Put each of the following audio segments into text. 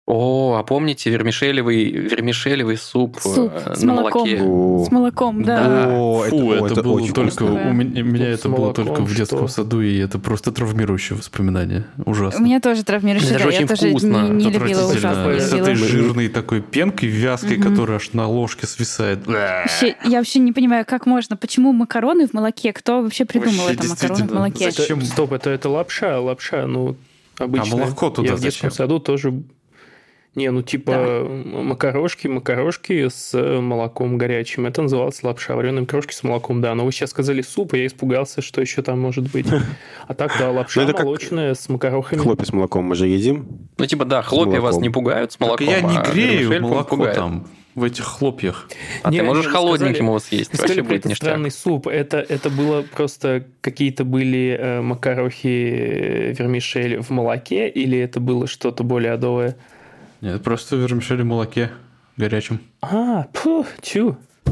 А помните вермишелевый суп с на молоком. молоке? С молоком, да. Это было только вкусно. у меня С это было только молоком в детском саду, и это просто травмирующее воспоминание. У Ужасно. меня тоже травмирующее, Это да. же Я очень тоже вкусно. не любила Отвратительно. ужасно. С Не этой любила. жирной такой пенкой вязкой, которая аж на ложке свисает. Я вообще не понимаю, как можно. Почему макароны в молоке? Кто вообще придумал Вообще, это, макароны в действительно. молоке? Зачем? Стоп, это лапша, обычная. А молоко туда Я в детском зачем? саду тоже... макарошки с молоком горячим. Это называлось лапша, вареные макарошки с молоком, да. Но вы сейчас сказали суп, и я испугался, что еще там может быть. А так, да, лапша это как молочная с макарохами. Хлопья с молоком мы же едим. Хлопья вас молоком. не пугают с молоком, Я не а грею вермишель молоко пугает. там, в этих хлопьях. А ты можешь вы холодненьким сказали- его съесть. Вы сказали Вообще про будет этот ништяк. странный суп. Это было просто какие-то были макарохи вермишель в молоке, или это было что-то более адовое? Нет, просто вермишель в молоке горячем. Чу.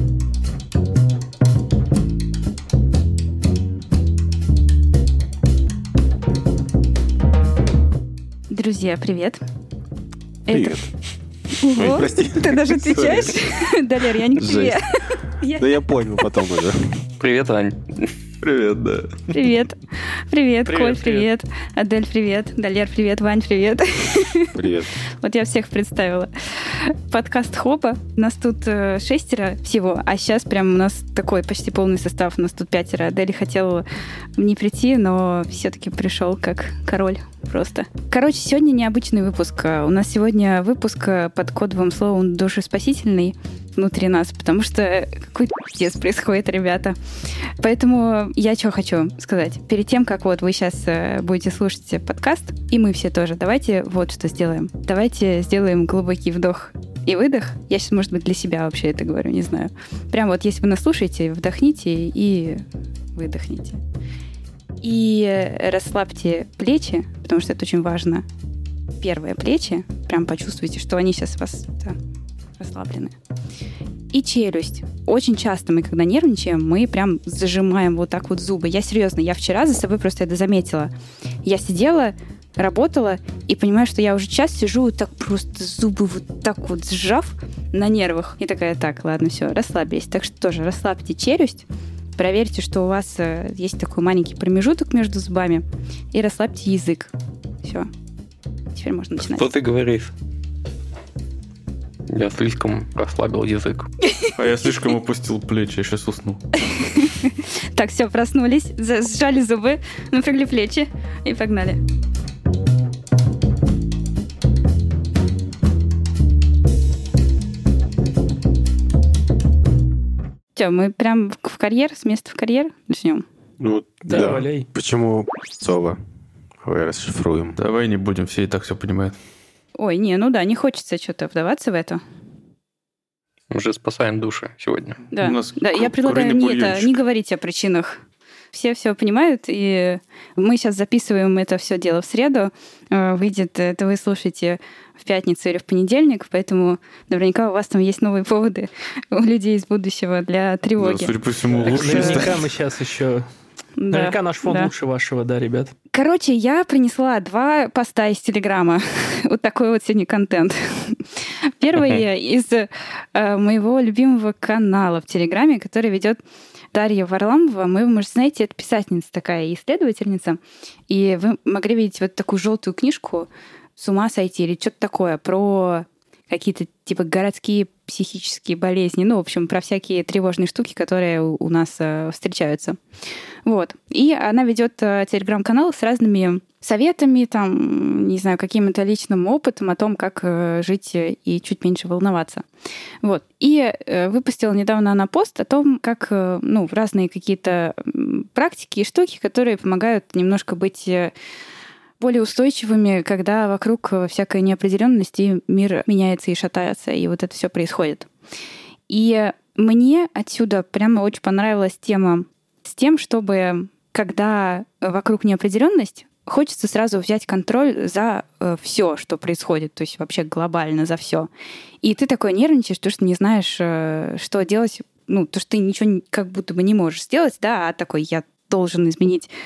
Друзья, привет. Привет. Ого, Прости. ты даже отвечаешь? Да, Лер, я не к тебе. Жесть. Да я понял потом уже. Привет, Ань. Привет, да. Привет. Привет, Привет, Коль, привет. Адель, привет. Далер, привет. Вань, привет. Привет. Вот я всех представила. Подкаст Хопа. Нас тут 6 всего, а сейчас прям у нас такой почти полный состав. У нас тут 5. Адель хотела не прийти, но все-таки пришел как король просто. Короче, сегодня необычный выпуск. У нас сегодня выпуск под кодовым словом «Душеспасительный» внутри нас, потому что какой-то пиздец происходит, ребята. Поэтому я что хочу сказать. Перед тем, как вот вы сейчас будете слушать подкаст, и мы все тоже, давайте вот что сделаем. Давайте сделаем глубокий вдох и выдох. Я сейчас, может быть, для себя вообще это говорю, не знаю. Прям вот если вы нас слушаете, вдохните и выдохните. И расслабьте плечи, потому что это очень важно. Первые плечи. Прям почувствуйте, что они сейчас у вас расслаблены. И челюсть. Очень часто мы, когда нервничаем, мы прям зажимаем вот так вот зубы. Я серьезно, я вчера за собой просто это заметила. Я сидела, работала, и понимаю, что я уже час сижу вот так просто зубы вот так вот сжав на нервах. И такая, так, ладно, все, расслабились. Так что тоже расслабьте челюсть, проверьте, что у вас есть такой маленький промежуток между зубами, и расслабьте язык. Все. Теперь можно начинать. Что ты говоришь? Я слишком расслабил язык. А я слишком опустил плечи, я сейчас усну. Так, все, проснулись, сжали зубы, напрягли плечи и погнали. Че, мы прям в карьер, с места в карьер начнем? Ну, Да, валяй. Почему слово? Давай расшифруем. Давай не будем, все и так все понимают. Ой, не хочется что-то вдаваться в это. Мы же спасаем души сегодня. Да, У нас да, я предлагаю куриный не бульончик. говорить о причинах. Все понимают, и мы сейчас записываем это все дело в среду. Выйдет, это вы слушаете в пятницу или в понедельник, поэтому наверняка у вас там есть новые поводы у людей из будущего для Да, тревоги. судя по всему, Так, лучше наверняка мы сейчас еще... Да, Наверняка наш фон да. лучше вашего, да, ребят? Короче, я принесла 2 поста из Телеграма. Вот такой вот сегодня контент. Первый из моего любимого канала в Телеграме, который ведет Дарья Варламова. Вы, может, знаете, это писательница такая, исследовательница. И вы могли видеть вот такую желтую книжку «С ума сойти» или что-то такое про какие-то типа городские психические болезни, ну, в общем, про всякие тревожные штуки, которые у нас встречаются. Вот. И она ведет телеграм-канал с разными советами, там, не знаю, каким-то личным опытом о том, как жить и чуть меньше волноваться. Вот. И выпустила недавно она пост о том, как, ну, разные какие-то практики и штуки, которые помогают немножко быть более устойчивыми, когда вокруг всякая неопределенность, и мир меняется и шатается, и вот это все происходит. И мне отсюда прямо очень понравилась тема с тем, чтобы, когда вокруг неопределенность, хочется сразу взять контроль за все, что происходит, то есть вообще глобально за все. И ты такой нервничаешь, потому что не знаешь, что делать, ну, то, что ты ничего как будто бы не можешь сделать, да, а такой, я должен изменить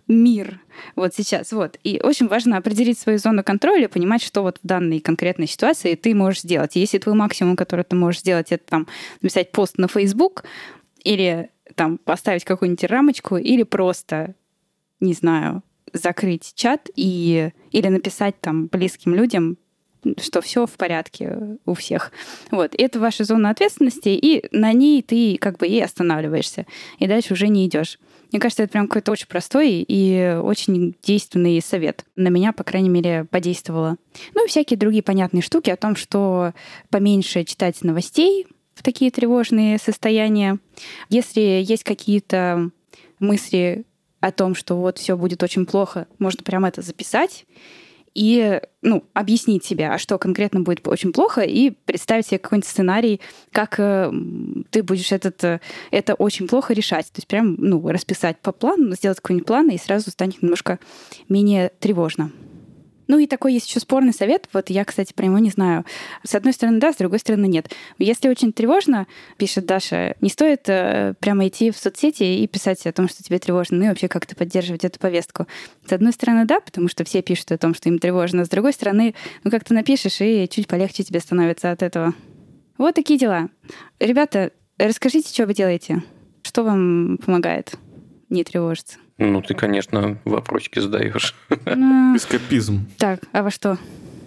мир вот сейчас. Вот. И очень важно определить свою зону контроля, понимать, что вот в данной конкретной ситуации ты можешь сделать. И если твой максимум, который ты можешь сделать, это там написать пост на Facebook или там поставить какую-нибудь рамочку, или просто, не знаю, закрыть чат или написать там близким людям, что все в порядке у всех. Вот. Это ваша зона ответственности, и на ней ты как бы и останавливаешься, и дальше уже не идешь. Мне кажется, это прям какой-то очень простой и очень действенный совет. На меня, по крайней мере, подействовало. Ну и всякие другие понятные штуки о том, что поменьше читать новостей в такие тревожные состояния. Если есть какие-то мысли о том, что вот все будет очень плохо, можно прямо это записать и объяснить себе, а что конкретно будет очень плохо, и представить себе какой-нибудь сценарий, как ты будешь это очень плохо решать. То есть прям расписать по плану, сделать какой-нибудь план, и сразу станет немножко менее тревожно. Ну и такой есть еще спорный совет. Вот я, кстати, про него не знаю. С одной стороны, да, с другой стороны, нет. Если очень тревожно, пишет Даша, не стоит прямо идти в соцсети и писать о том, что тебе тревожно, ну и вообще как-то поддерживать эту повестку. С одной стороны, да, потому что все пишут о том, что им тревожно. С другой стороны, как-то напишешь, и чуть полегче тебе становится от этого. Вот такие дела. Ребята, расскажите, что вы делаете? Что вам помогает не тревожиться? Ну, ты, конечно, вопросики задаешь. Эскапизм. Так, а во что?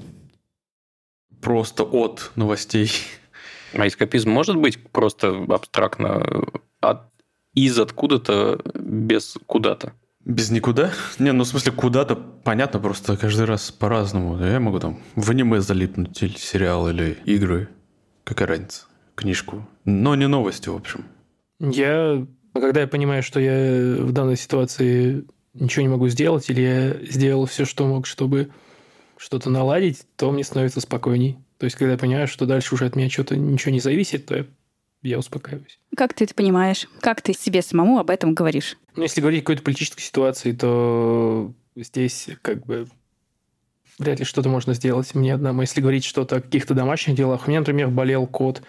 Просто от новостей. А эскапизм может быть просто абстрактно из откуда-то без куда-то? Без никуда? Не, в смысле, куда-то понятно, просто каждый раз по-разному. Я могу там в аниме залипнуть, или сериал, или игры. Какая разница? Книжку. Но не новости, в общем. Когда я понимаю, что я в данной ситуации ничего не могу сделать, или я сделал все, что мог, чтобы что-то наладить, то мне становится спокойней. То есть, когда я понимаю, что дальше уже от меня что-то ничего не зависит, то я успокаиваюсь. Как ты это понимаешь? Как ты себе самому об этом говоришь? Если говорить о какой-то политической ситуации, то здесь как бы вряд ли что-то можно сделать мне одному. Если говорить что-то о каких-то домашних делах, у меня, например, болел кот.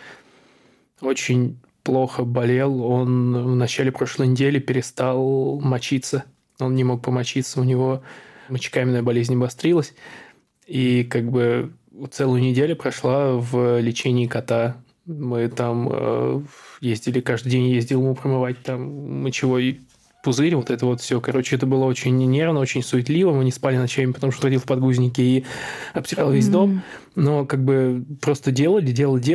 Очень плохо болел. Он в начале прошлой недели перестал мочиться. Он не мог помочиться. У него мочекаменная болезнь обострилась. И как бы целую неделю прошла в лечении кота. Мы там ездили, каждый день ездил ему промывать там мочевой пузырь, вот это вот все. Короче, это было очень нервно, очень суетливо. Мы не спали ночами, потому что ходил в подгузники и обтирал весь дом. Но как бы просто делали,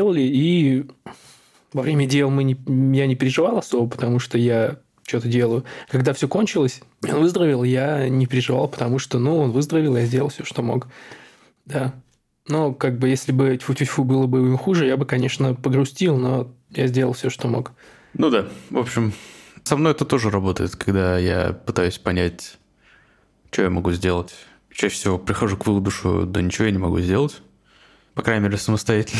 и во время дел я не переживал особо, потому что я что-то делаю. Когда все кончилось, он выздоровел, я не переживал, потому что, он выздоровел, я сделал все, что мог. Да. Но как бы если бы тьфу-тьфу было бы хуже, я бы, конечно, погрустил, но я сделал все, что мог. Ну да, в общем, со мной это тоже работает, когда я пытаюсь понять, что я могу сделать. Чаще всего прихожу к выводу, что да ничего я не могу сделать. По крайней мере, самостоятельно.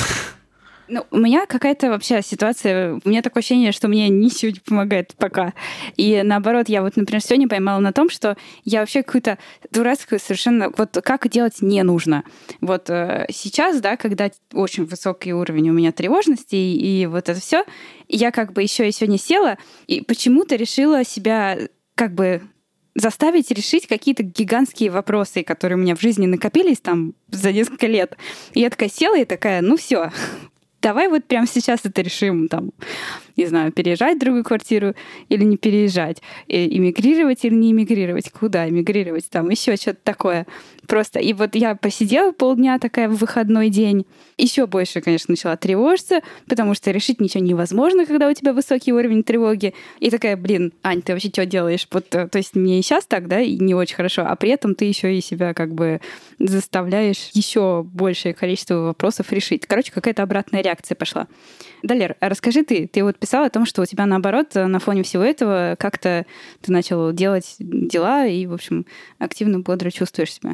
У меня какая-то вообще ситуация, у меня такое ощущение, что мне ничего не помогает пока. И наоборот, я вот, например, сегодня поймала на том, что я вообще какую-то дурацкую совершенно... Вот как делать не нужно. Вот сейчас, да, когда очень высокий уровень у меня тревожности и вот это все, я как бы еще и сегодня села и почему-то решила себя как бы заставить решить какие-то гигантские вопросы, которые у меня в жизни накопились там за несколько лет. И я такая села и такая, все, давай вот прямо сейчас это решим, там, не знаю, переезжать в другую квартиру или не переезжать, эмигрировать или не эмигрировать, куда эмигрировать, там, еще что-то такое. Просто. И вот я посидела полдня такая в выходной день, еще больше, конечно, начала тревожиться, потому что решить ничего невозможно, когда у тебя высокий уровень тревоги. И такая, Ань, ты вообще что делаешь? Вот, то есть мне и сейчас так, да, и не очень хорошо, а при этом ты еще и себя как бы заставляешь еще большее количество вопросов решить. Короче, какая-то обратная реакция пошла. Далер, а расскажи ты вот писала о том, что у тебя, наоборот, на фоне всего этого как-то ты начал делать дела и, в общем, активно, бодро чувствуешь себя.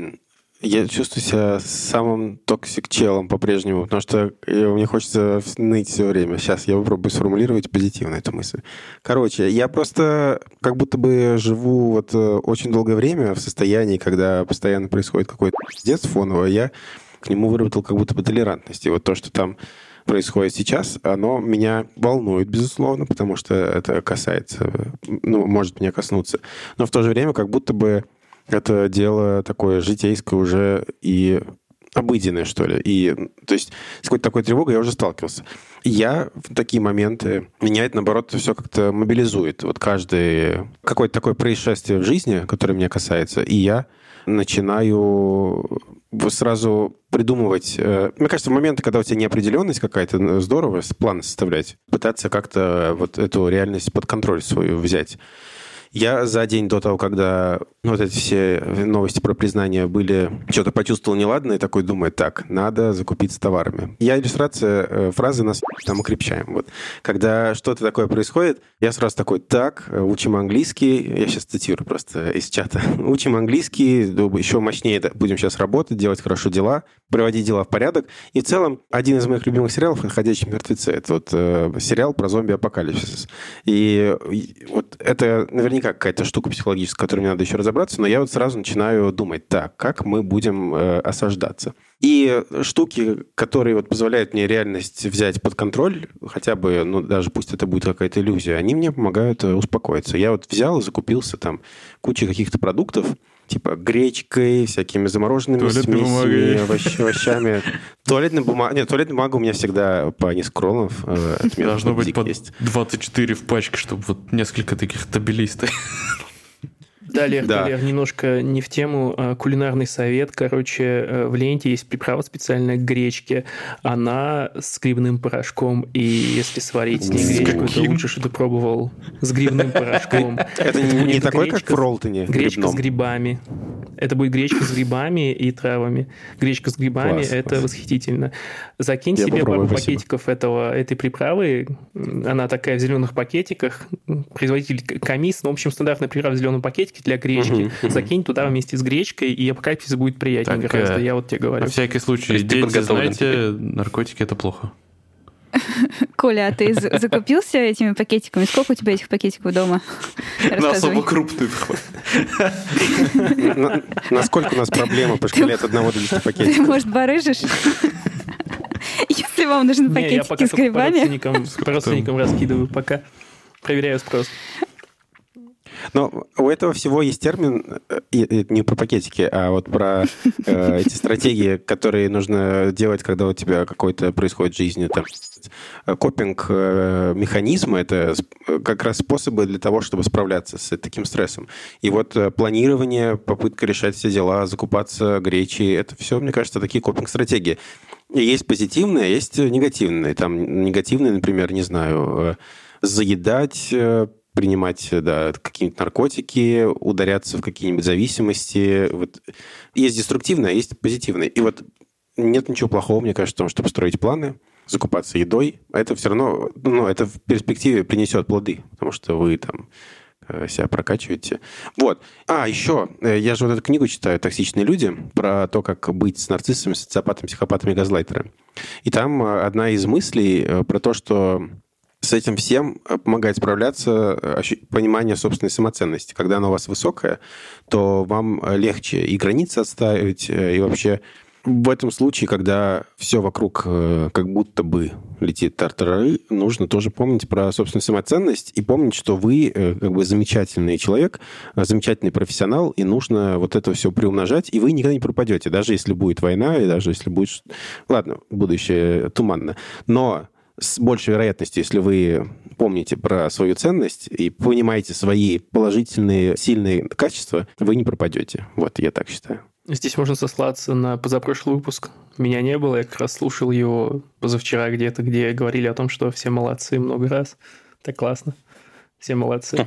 Я чувствую себя самым токсик-челом по-прежнему, потому что мне хочется ныть все время. Сейчас я попробую сформулировать позитивно эту мысль. Короче, я просто как будто бы живу вот очень долгое время в состоянии, когда постоянно происходит какой-то пиздец фоновый, я к нему выработал как будто бы толерантность. И вот то, что там происходит сейчас, оно меня волнует, безусловно, потому что это касается, может меня коснуться. Но в то же время как будто бы это дело такое житейское уже и обыденное, что ли. И, то есть с какой-то такой тревогой я уже сталкивался. Я в такие моменты, меня это, наоборот, все как-то мобилизует. Вот каждое какое-то такое происшествие в жизни, которое меня касается, и я начинаю сразу придумывать... Мне кажется, в моменты, когда у тебя неопределенность какая-то, здорово планы составлять, пытаться как-то вот эту реальность под контроль свою взять. Я за день до того, когда вот эти все новости про признание были, что-то почувствовал неладное, и такой думаю, так, надо закупиться товарами. Я иллюстрация фразы «нас там укрепчаем». Вот. Когда что-то такое происходит, я сразу такой, так, учим английский, я сейчас цитирую просто из чата, учим английский, еще мощнее будем сейчас работать, делать хорошо дела, приводить дела в порядок. И в целом, один из моих любимых сериалов «Ходячие мертвецы» — это вот сериал про зомби-апокалипсис. И вот это наверняка какая-то штука психологическая, с которой мне надо еще разобраться, но я вот сразу начинаю думать, так, как мы будем осаждаться. И штуки, которые вот позволяют мне реальность взять под контроль, хотя бы, даже пусть это будет какая-то иллюзия, они мне помогают успокоиться. Я вот взял и закупился там кучей каких-то продуктов, типа гречкой, всякими замороженными смесями, овощами. Туалетная бумага. Нет, туалетная бумага у меня всегда по несколько роллов. Должно быть по 24 в пачке, чтобы вот несколько таких табелистов. Да, Лер, немножко не в тему. Кулинарный совет. Короче, в ленте есть приправа специальная к гречке. Она с грибным порошком. И если сварить не гречку, то лучше, что ты пробовал с грибным порошком. Это не такой, как в Ролтоне? Гречка с грибами. Это будет гречка с грибами и травами. Гречка с грибами – это восхитительно. Закинь себе пару пакетиков этой приправы. Она такая в зеленых пакетиках. Производитель Камис. В общем, стандартная приправа в зеленом пакетике для гречки. Закинь туда вместе с гречкой, и апокалипсис будет приятнее гораздо. Я вот тебе говорю. На всякий случай, дети, знаете, наркотики – это плохо. Коля, а ты закупился этими пакетиками? Сколько у тебя этих пакетиков дома? На особо крупных. Насколько у нас проблема по шкале от 1 до 10 пакетиков? Ты, может, барыжишь? Если вам нужны пакетики с грибами. По родственникам раскидываю, пока проверяю спрос. Но у этого всего есть термин, не про пакетики, а вот про эти стратегии, которые нужно делать, когда у тебя какой-то происходит в жизни. Там, копинг-механизмы — это как раз способы для того, чтобы справляться с таким стрессом. И вот планирование, попытка решать все дела, закупаться гречей — это все, мне кажется, такие копинг-стратегии. И есть позитивные, а есть негативные. Там негативные, например, не знаю, заедать, принимать, какие-нибудь наркотики, ударяться в какие-нибудь зависимости. Вот. Есть деструктивное, а есть позитивное. И вот нет ничего плохого, мне кажется, в том, чтобы строить планы, закупаться едой. Это все равно, это в перспективе принесет плоды, потому что вы там себя прокачиваете. Вот. Еще, я же вот эту книгу читаю «Токсичные люди», про то, как быть с нарциссами, социопатами, психопатами, газлайтерами. И там одна из мыслей про то, что с этим всем помогает справляться понимание собственной самоценности. Когда она у вас высокая, то вам легче и границы отстаивать, и вообще в этом случае, когда все вокруг как будто бы летит тартарары, нужно тоже помнить про собственную самоценность и помнить, что вы как бы замечательный человек, замечательный профессионал, и нужно вот это все приумножать, и вы никогда не пропадете, даже если будет война, и даже если будет... Ладно, будущее туманно. Но с большей вероятностью, если вы помните про свою ценность и понимаете свои положительные, сильные качества, вы не пропадете. Вот, я так считаю. Здесь можно сослаться на позапрошлый выпуск. Меня не было, я как раз слушал его позавчера где-то, где говорили о том, что все молодцы много раз. Так классно. Все молодцы.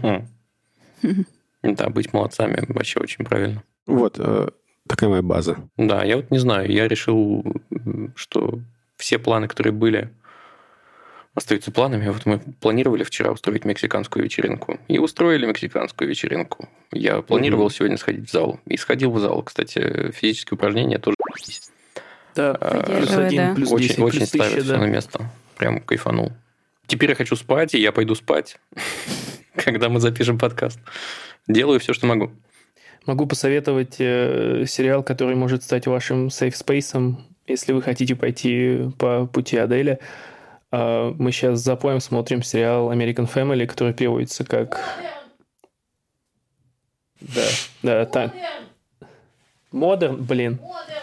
Да, быть молодцами вообще очень правильно. Вот, такая моя база. Да, я вот не знаю, я решил, что все планы, которые были, остаются планами. Вот мы планировали вчера устроить мексиканскую вечеринку. И устроили мексиканскую вечеринку. Я планировал сегодня сходить в зал. И сходил в зал. Кстати, физические упражнения тоже есть. Да, +1, +10, очень ставит все на место. Прям кайфанул. Теперь я хочу спать, и я пойду спать, когда мы запишем подкаст. Делаю все, что могу. Могу посоветовать сериал, который может стать вашим сейф-спейсом. если вы хотите пойти по пути Адели, мы сейчас с запоем смотрим сериал American Family, который переводится как... Да, так. Модерн, блин.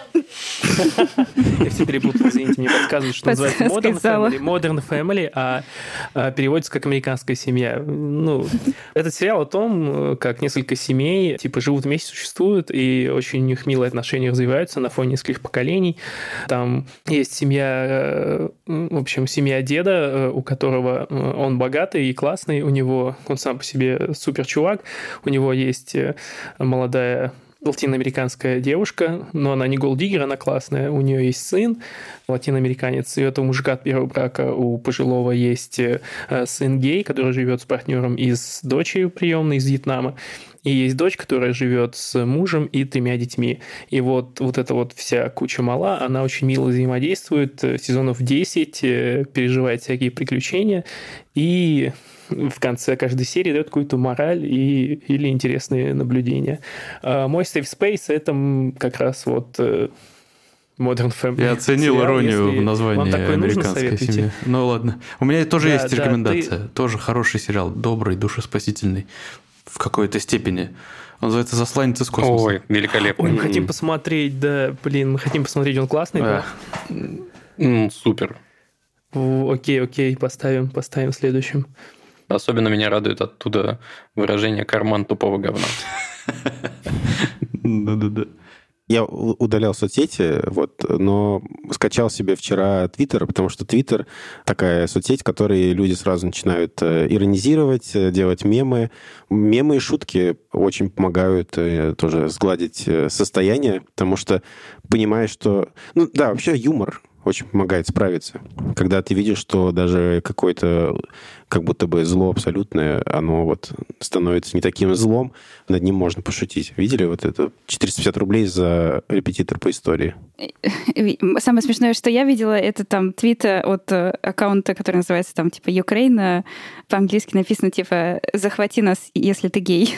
Я все перепутал, извините, мне подсказывают, что называется Modern Family, а переводится как «Американская семья». Ну, этот сериал о том, как несколько семей типа живут вместе, существуют, и очень у них милые отношения развиваются на фоне нескольких поколений. Там есть семья, в общем, семья деда, у которого он богатый и классный, у него, он сам по себе супер чувак, у него есть молодая латиноамериканская девушка, но она не голддиггер, она классная. У нее есть сын, латиноамериканец, и у этого мужика от первого брака у пожилого есть сын гей, который живет с партнером и с дочерью приемной из Вьетнама. И есть дочь, которая живет с мужем и 3 детьми. И вот эта вот вся куча мала, она очень мило взаимодействует, сезонов 10, переживает всякие приключения, и в конце каждой серии дает какую-то мораль или интересные наблюдения. Мой safe space — это как раз вот Modern Family. Я оценил сериал, иронию в названии «Американская семья». Ну ладно. У меня тоже есть рекомендация. Тоже хороший сериал, добрый, душеспасительный в какой-то степени. Он называется «Засланец из космоса». Ой, великолепно. Ой, мы хотим посмотреть, да, блин, мы хотим посмотреть, он классный, да? Супер. Окей, поставим следующим. Особенно меня радует оттуда выражение «карман тупого говна». Да-да-да. Я удалял соцсети, но скачал себе вчера Твиттер, потому что Твиттер такая соцсеть, в которой люди сразу начинают иронизировать, делать мемы. Мемы и шутки очень помогают тоже сгладить состояние, потому что понимаешь, что... Ну да, вообще юмор очень помогает справиться. Когда ты видишь, что даже какое-то как будто бы зло абсолютное, оно вот становится не таким злом, над ним можно пошутить. Видели вот это? 450 рублей за репетитор по истории. Самое смешное, что я видела, это там твит от аккаунта, который называется там типа Ukraine, по-английски написано типа «Захвати нас, если ты гей».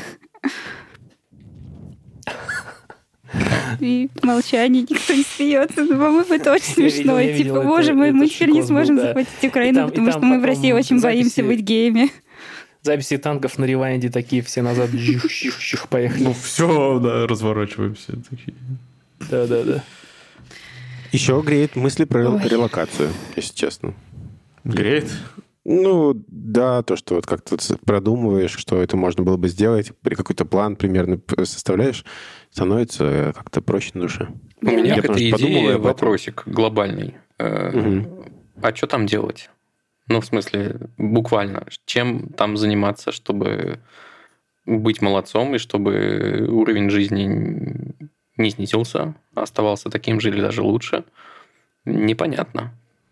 И в молчании никто не смеется. Но, по-моему, это очень смешно. И типа, боже мой, мы теперь не сможем захватить Украину, потому что мы в России очень боимся быть геями. Записи танков на ревайнде такие все назад поехали. Ну все, да, разворачиваемся. Да. Еще греет мысли про релокацию, если честно. Греет? Ну, да, то, что вот как-то продумываешь, что это можно было бы сделать, какой-то план примерно составляешь, становится как-то проще на душе. У меня к этой идее вопросик глобальный. А что там делать? Ну, в смысле, буквально. Чем там заниматься, чтобы быть молодцом, и чтобы уровень жизни не снизился, а оставался таким же или даже лучше? Непонятно.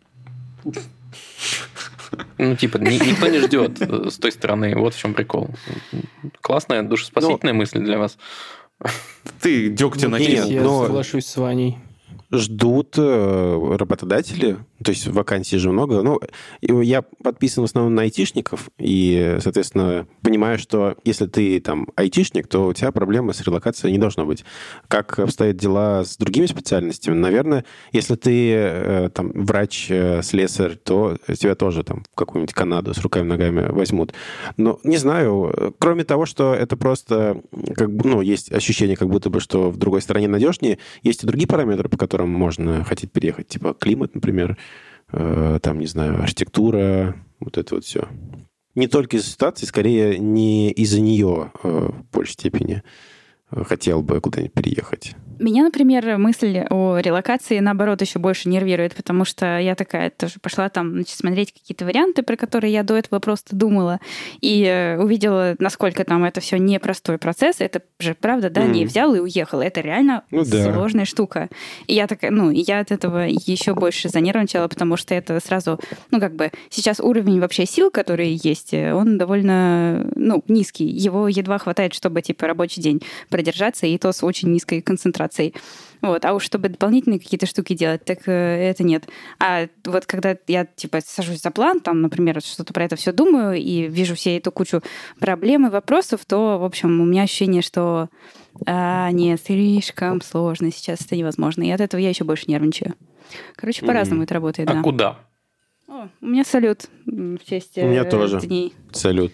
Ну, типа, никто не ждет с той стороны. Вот в чем прикол. Классная, душеспасительная мысль для вас. Ты дегтя накинул. Я соглашусь с Ваней. Ждут работодатели, то есть вакансий же много. Ну, я подписан в основном на айтишников, и, соответственно, понимаю, что если ты там айтишник, то у тебя проблемы с релокацией не должно быть. Как обстоят дела с другими специальностями? Наверное, если ты там врач, слесарь, то тебя тоже там в какую-нибудь Канаду с руками-ногами возьмут. Но не знаю. Кроме того, что это просто есть ощущение, как будто бы, что в другой стране надежнее, есть и другие параметры, по которым можно хотеть переехать, типа климат, например, там, не знаю, архитектура, вот это вот все. Не только из-за ситуации, скорее не из-за нее в большей степени хотел бы куда-нибудь переехать. Меня, например, мысль о релокации, наоборот, еще больше нервирует, потому что я такая тоже пошла там смотреть какие-то варианты, про которые я до этого просто думала, и увидела, насколько там это все непростой процесс. Это же, правда, да, не взял и уехал. Это реально сложная штука. И я такая, я от этого еще больше занервничала, потому что это сразу, сейчас уровень вообще сил, которые есть, он довольно, низкий. Его едва хватает, чтобы, рабочий день продержаться, и то с очень низкой концентрацией. корпорацией. Вот. А уж чтобы дополнительные какие-то штуки делать, так это нет. А вот когда я типа сажусь за план, там, например, что-то про это все думаю и вижу все эту кучу проблем и вопросов, то, в общем, у меня ощущение, что нет, слишком сложно, сейчас это невозможно. И от этого я еще больше нервничаю. Короче, по-разному это работает, да. А куда? У меня салют в честь У меня тоже дней. Салют.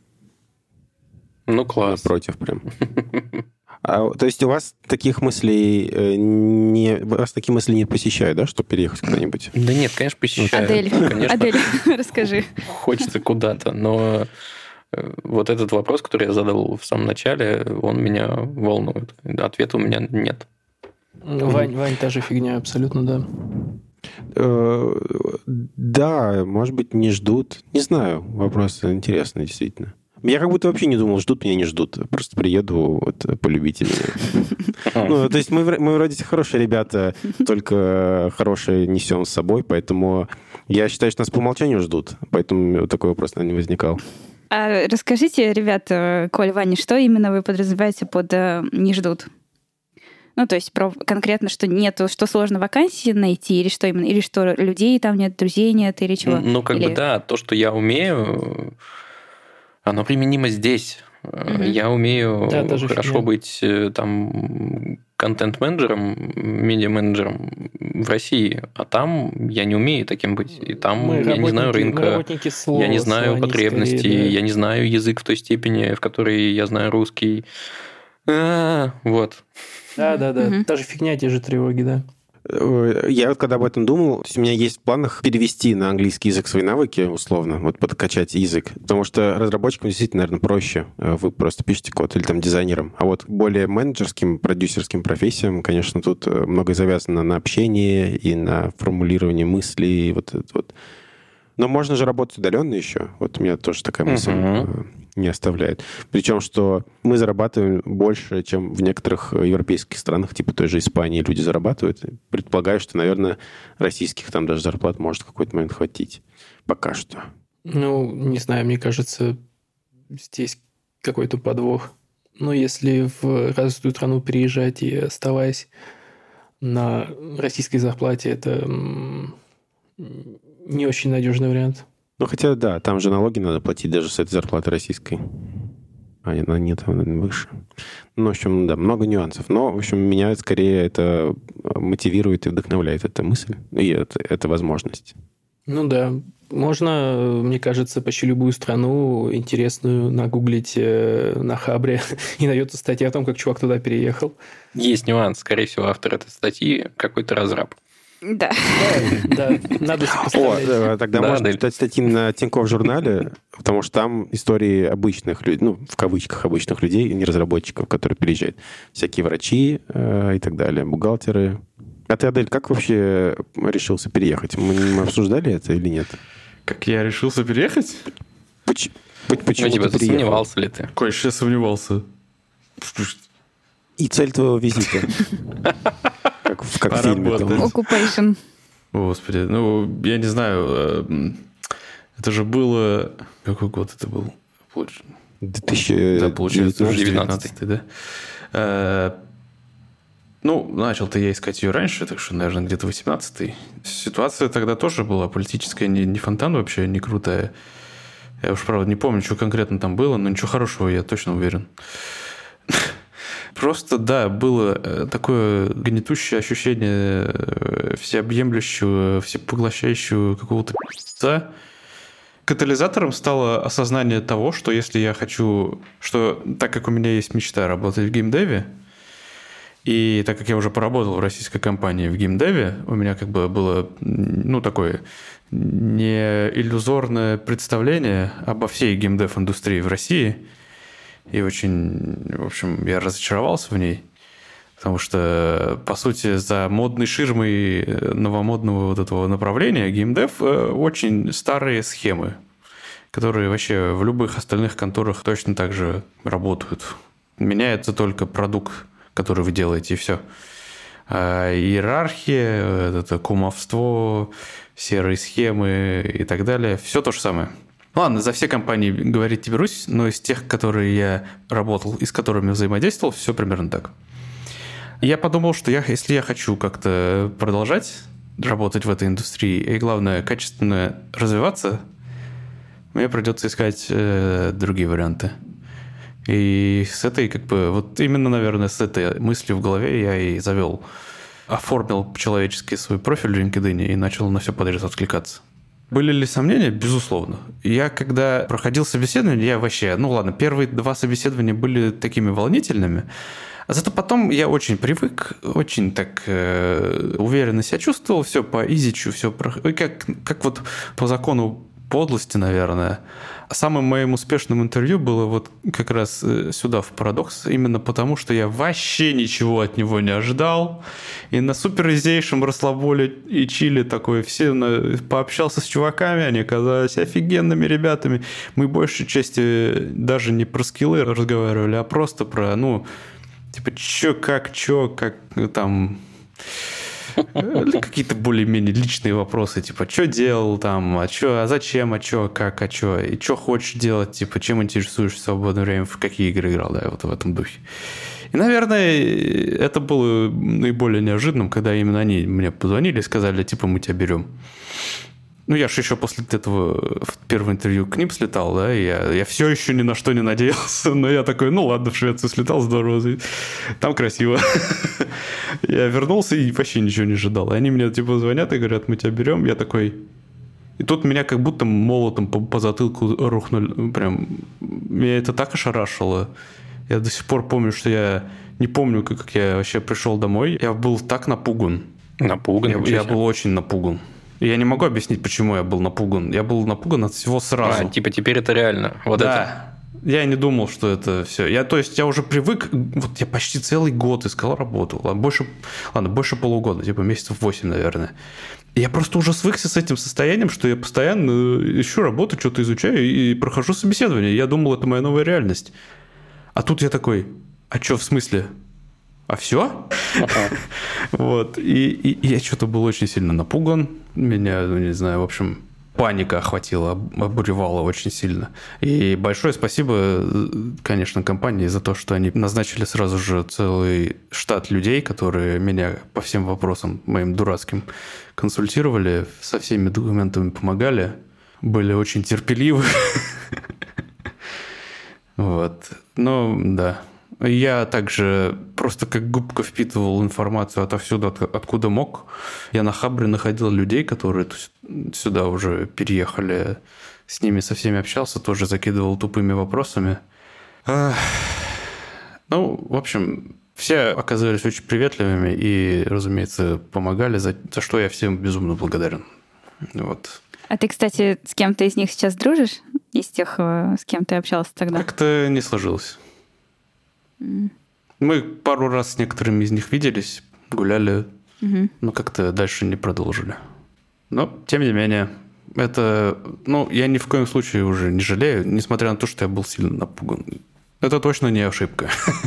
Ну, класс. Напротив прям. То есть у вас таких мыслей не посещают, да, чтобы переехать куда-нибудь? Да нет, конечно, посещают. Адель, расскажи. Хочется куда-то, но вот этот вопрос, который я задал в самом начале, он меня волнует. Ответа у меня нет. Вань, та же фигня, абсолютно, да. Да, может быть, не ждут. Не знаю, вопрос интересный, действительно. Я как будто вообще не думал, ждут меня, не ждут. Просто приеду, вот, полюбите меня. Ну, то есть мы вроде хорошие ребята, только хорошие несем с собой, поэтому я считаю, что нас по умолчанию ждут. Поэтому такой вопрос, наверное, не возникал. А расскажите, ребята, Коль, Ваня, что именно вы подразумеваете под «не ждут»? Ну, то есть про конкретно, что нету, что сложно вакансии найти, или что именно, или что людей там нет, друзей нет, или чего? Ну, как или... бы да, то, что я умею, оно применимо здесь. Я умею хорошо быть там контент-менеджером, медиа-менеджером в России, а там я не умею таким быть. И там я не знаю рынка, я не знаю потребностей, скорее, да. Я не знаю язык в той степени, в которой я знаю русский. Вот. Да. Та же фигня, те же тревоги, да. Я вот когда об этом думал, то есть у меня есть в планах перевести на английский язык свои навыки, условно, вот подкачать язык. Потому что разработчикам действительно, наверное, проще. Вы просто пишете код или там дизайнером. А вот более менеджерским, продюсерским профессиям, конечно, тут многое завязано на общение и на формулирование мыслей. Вот это вот. Но можно же работать удаленно еще. Вот у меня тоже такая мысль не оставляет. Причем, что мы зарабатываем больше, чем в некоторых европейских странах, типа той же Испании, люди зарабатывают. Предполагаю, что, наверное, российских там даже зарплат может в какой-то момент хватить. Пока что. Ну, не знаю, мне кажется, здесь какой-то подвох. Но если в развитую страну переезжать и оставаясь на российской зарплате, это не очень надежный вариант. Ну, хотя, да, там же налоги надо платить даже с этой зарплаты российской. А она нет, она выше. Ну, в общем, да, много нюансов. Но, в общем, меня скорее это мотивирует и вдохновляет эта мысль и эта возможность. Ну да. Можно, мне кажется, почти любую страну интересную нагуглить на Хабре, и найдется статья о том, как чувак туда переехал. Есть нюанс. Скорее всего, автор этой статьи какой-то разраб. Да. Да, надо сопоставлять. Тогда можно читать статьи на Тинькофф журнале, потому что там истории обычных людей, ну, в кавычках обычных людей, не разработчиков, которые переезжают. Всякие врачи и так далее, бухгалтеры. А ты, Адель, как вообще решился переехать? Мы обсуждали это или нет? Как я решился переехать? Почему ты переехал? Сомневался ли ты? Конечно, я сомневался. И цель твоего визита? Как в фильме. Occupation. Господи, ну, я не знаю. Это же было... Какой год это был? 2019, да? Ну, начал-то я искать ее раньше, так что, наверное, где-то 18-й. Ситуация тогда тоже была политическая, не фонтан вообще, не крутая. Я уж, правда, не помню, что конкретно там было, но ничего хорошего, я точно уверен. Просто, да, было такое гнетущее ощущение всеобъемлющего, всепоглощающего какого-то пи***ца. Катализатором стало осознание того, что если я хочу... Что так как у меня есть мечта работать в геймдеве, и так как я уже поработал в российской компании в геймдеве, у меня как бы было, ну, такое не иллюзорное представление обо всей геймдев-индустрии в России. И очень, в общем, я разочаровался в ней. Потому что, по сути, за модной ширмой новомодного вот этого направления геймдев очень старые схемы, которые вообще в любых остальных конторах точно так же работают. Меняется только продукт, который вы делаете, и все. А иерархия, это кумовство, серые схемы и так далее, все то же самое. Ладно, за все компании говорить не берусь, но из тех, которые я работал и с которыми взаимодействовал, все примерно так. Я подумал, что если я хочу как-то продолжать работать в этой индустрии и, главное, качественно развиваться, мне придется искать другие варианты. И с этой, вот именно, наверное, с этой мыслью в голове я и оформил по-человечески свой профиль в LinkedIn и начал на все подряд откликаться. Были ли сомнения? Безусловно. Я, когда проходил собеседование, я вообще... первые 2 собеседования были такими волнительными, а зато потом я очень привык, очень так уверенно себя чувствовал, все по изичу, все как вот по закону подлости, наверное. Самым моим успешным интервью было вот как раз сюда, в Парадокс, именно потому, что я вообще ничего от него не ожидал. И на суперизейшем расслаболе и чили такой пообщался с чуваками, они оказались офигенными ребятами. Мы большей части даже не про скиллы разговаривали, а просто про, как там... Какие-то более-менее личные вопросы, что делал там, а зачем, как, и что хочешь делать, чем интересуешься в свободное время, в какие игры играл, да, вот в этом духе. И, наверное, это было наиболее неожиданным, когда именно они мне позвонили и сказали, мы тебя берем. Я же еще после этого в первое интервью к ним слетал, да, и я все еще ни на что не надеялся, но я такой, ладно, в Швецию слетал, здорово, там красиво. Я вернулся и вообще ничего не ожидал. И они мне звонят и говорят, мы тебя берем, я такой... И тут меня как будто молотом по затылку рухнули, прям, меня это так ошарашило. Я до сих пор помню, что я не помню, как я вообще пришел домой, я был так напуган. Напуган? Я был очень напуган. Я не могу объяснить, почему я был напуган. Я был напуган от всего сразу. Теперь это реально. Вот да. Это. Я не думал, что это все. Я уже привык, я почти целый год искал работу. Больше полугода, месяцев 8, наверное. И я просто уже свыкся с этим состоянием, что я постоянно ищу работу, что-то изучаю и прохожу собеседование. Я думал, это моя новая реальность. А тут я такой, а что, в смысле? А все? Вот. И я что-то был очень сильно напуган. Меня, не знаю, в общем, паника охватила, обуревала очень сильно. И большое спасибо, конечно, компании за то, что они назначили сразу же целый штат людей, которые меня по всем вопросам моим дурацким консультировали, со всеми документами помогали, были очень терпеливы. Вот. Да. Я также просто как губка впитывал информацию отовсюду, откуда мог. Я на Хабре находил людей, которые сюда уже переехали, с ними со всеми общался, тоже закидывал тупыми вопросами. В общем, все оказались очень приветливыми и, разумеется, помогали, за что я всем безумно благодарен. Вот. А ты, кстати, с кем-то из них сейчас дружишь? Из тех, с кем ты общался тогда? Как-то не сложилось. Мы пару раз с некоторыми из них виделись, гуляли, но как-то дальше не продолжили. Но, тем не менее, это... я ни в коем случае уже не жалею, несмотря на то, что я был сильно напуган. Это точно не ошибка.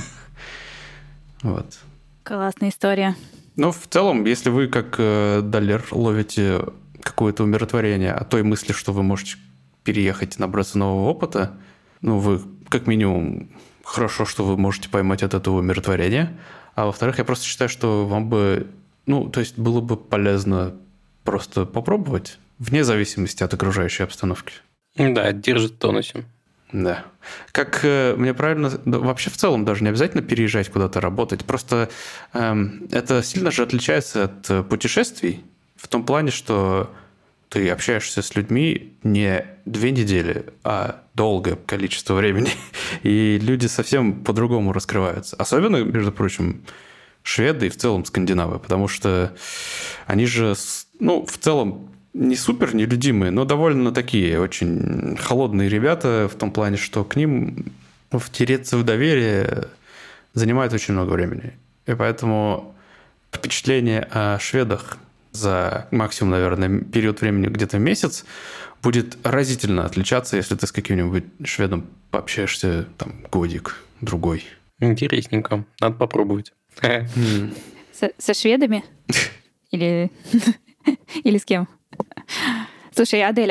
Вот. Классная история. В целом, если вы, как Далер, ловите какое-то умиротворение от той мысли, что вы можете переехать и набраться нового опыта, вы, как минимум... Хорошо, что вы можете поймать от этого умиротворение. А во-вторых, я просто считаю, что вам бы... было бы полезно просто попробовать, вне зависимости от окружающей обстановки. Да, держит в тонусе. Да. Как мне правильно... Вообще в целом даже не обязательно переезжать куда-то работать. Просто это сильно же отличается от путешествий в том плане, что ты общаешься с людьми не 2 недели, а долгое количество времени. И люди совсем по-другому раскрываются. Особенно, между прочим, шведы и в целом скандинавы. Потому что они же, в целом, не супер нелюдимые, но довольно такие очень холодные ребята в том плане, что к ним втереться в доверие занимает очень много времени. И поэтому впечатление о шведах за максимум, наверное, период времени где-то месяц будет разительно отличаться, если ты с каким-нибудь шведом пообщаешься годик, другой. Интересненько. Надо попробовать. Со шведами? Или с кем? Слушай, Адель,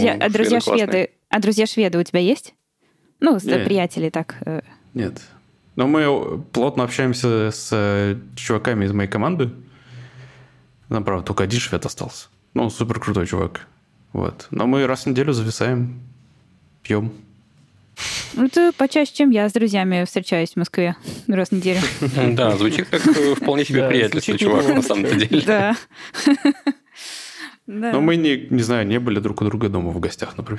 друзья шведы у тебя есть? Приятелей так. Нет. Но мы плотно общаемся с чуваками из моей команды. Нам, правда, только один швед остался. Ну, он супер крутой чувак. Вот. Но мы раз в неделю зависаем, пьем. Ну, это почаще, чем я с друзьями встречаюсь в Москве раз в неделю. Да, звучит как вполне себе приятельство, чувак, на самом деле. Да. Но мы, не знаю, не были друг у друга дома в гостях, например.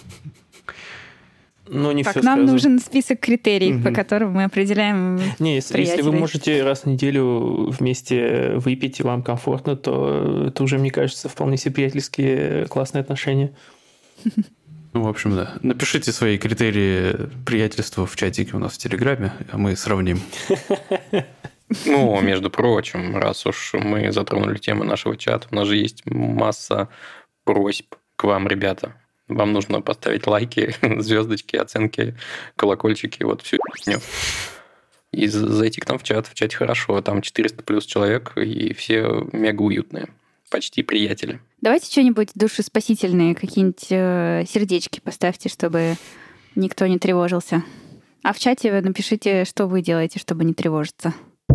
Ну, не Так, все нам сразу. нужен список критериев, по которым мы определяем Не, если приятелей. вы можете раз в неделю вместе выпить, и вам комфортно, то это уже, мне кажется, вполне себе приятельские классные отношения. Ну, в общем, да. Напишите свои критерии приятельства в чатике у нас в Телеграме, а мы сравним. Ну, между прочим, раз уж мы затронули тему нашего чата, у нас же есть масса просьб к вам, ребята. Вам нужно поставить лайки, звездочки, оценки, колокольчики, вот всю фигню. И зайти к нам в чат. В чате хорошо. Там 400 плюс человек, и все мега уютные. Почти приятели. Давайте что-нибудь душеспасительные, какие-нибудь сердечки поставьте, чтобы никто не тревожился. А в чате вы напишите, что вы делаете, чтобы не тревожиться.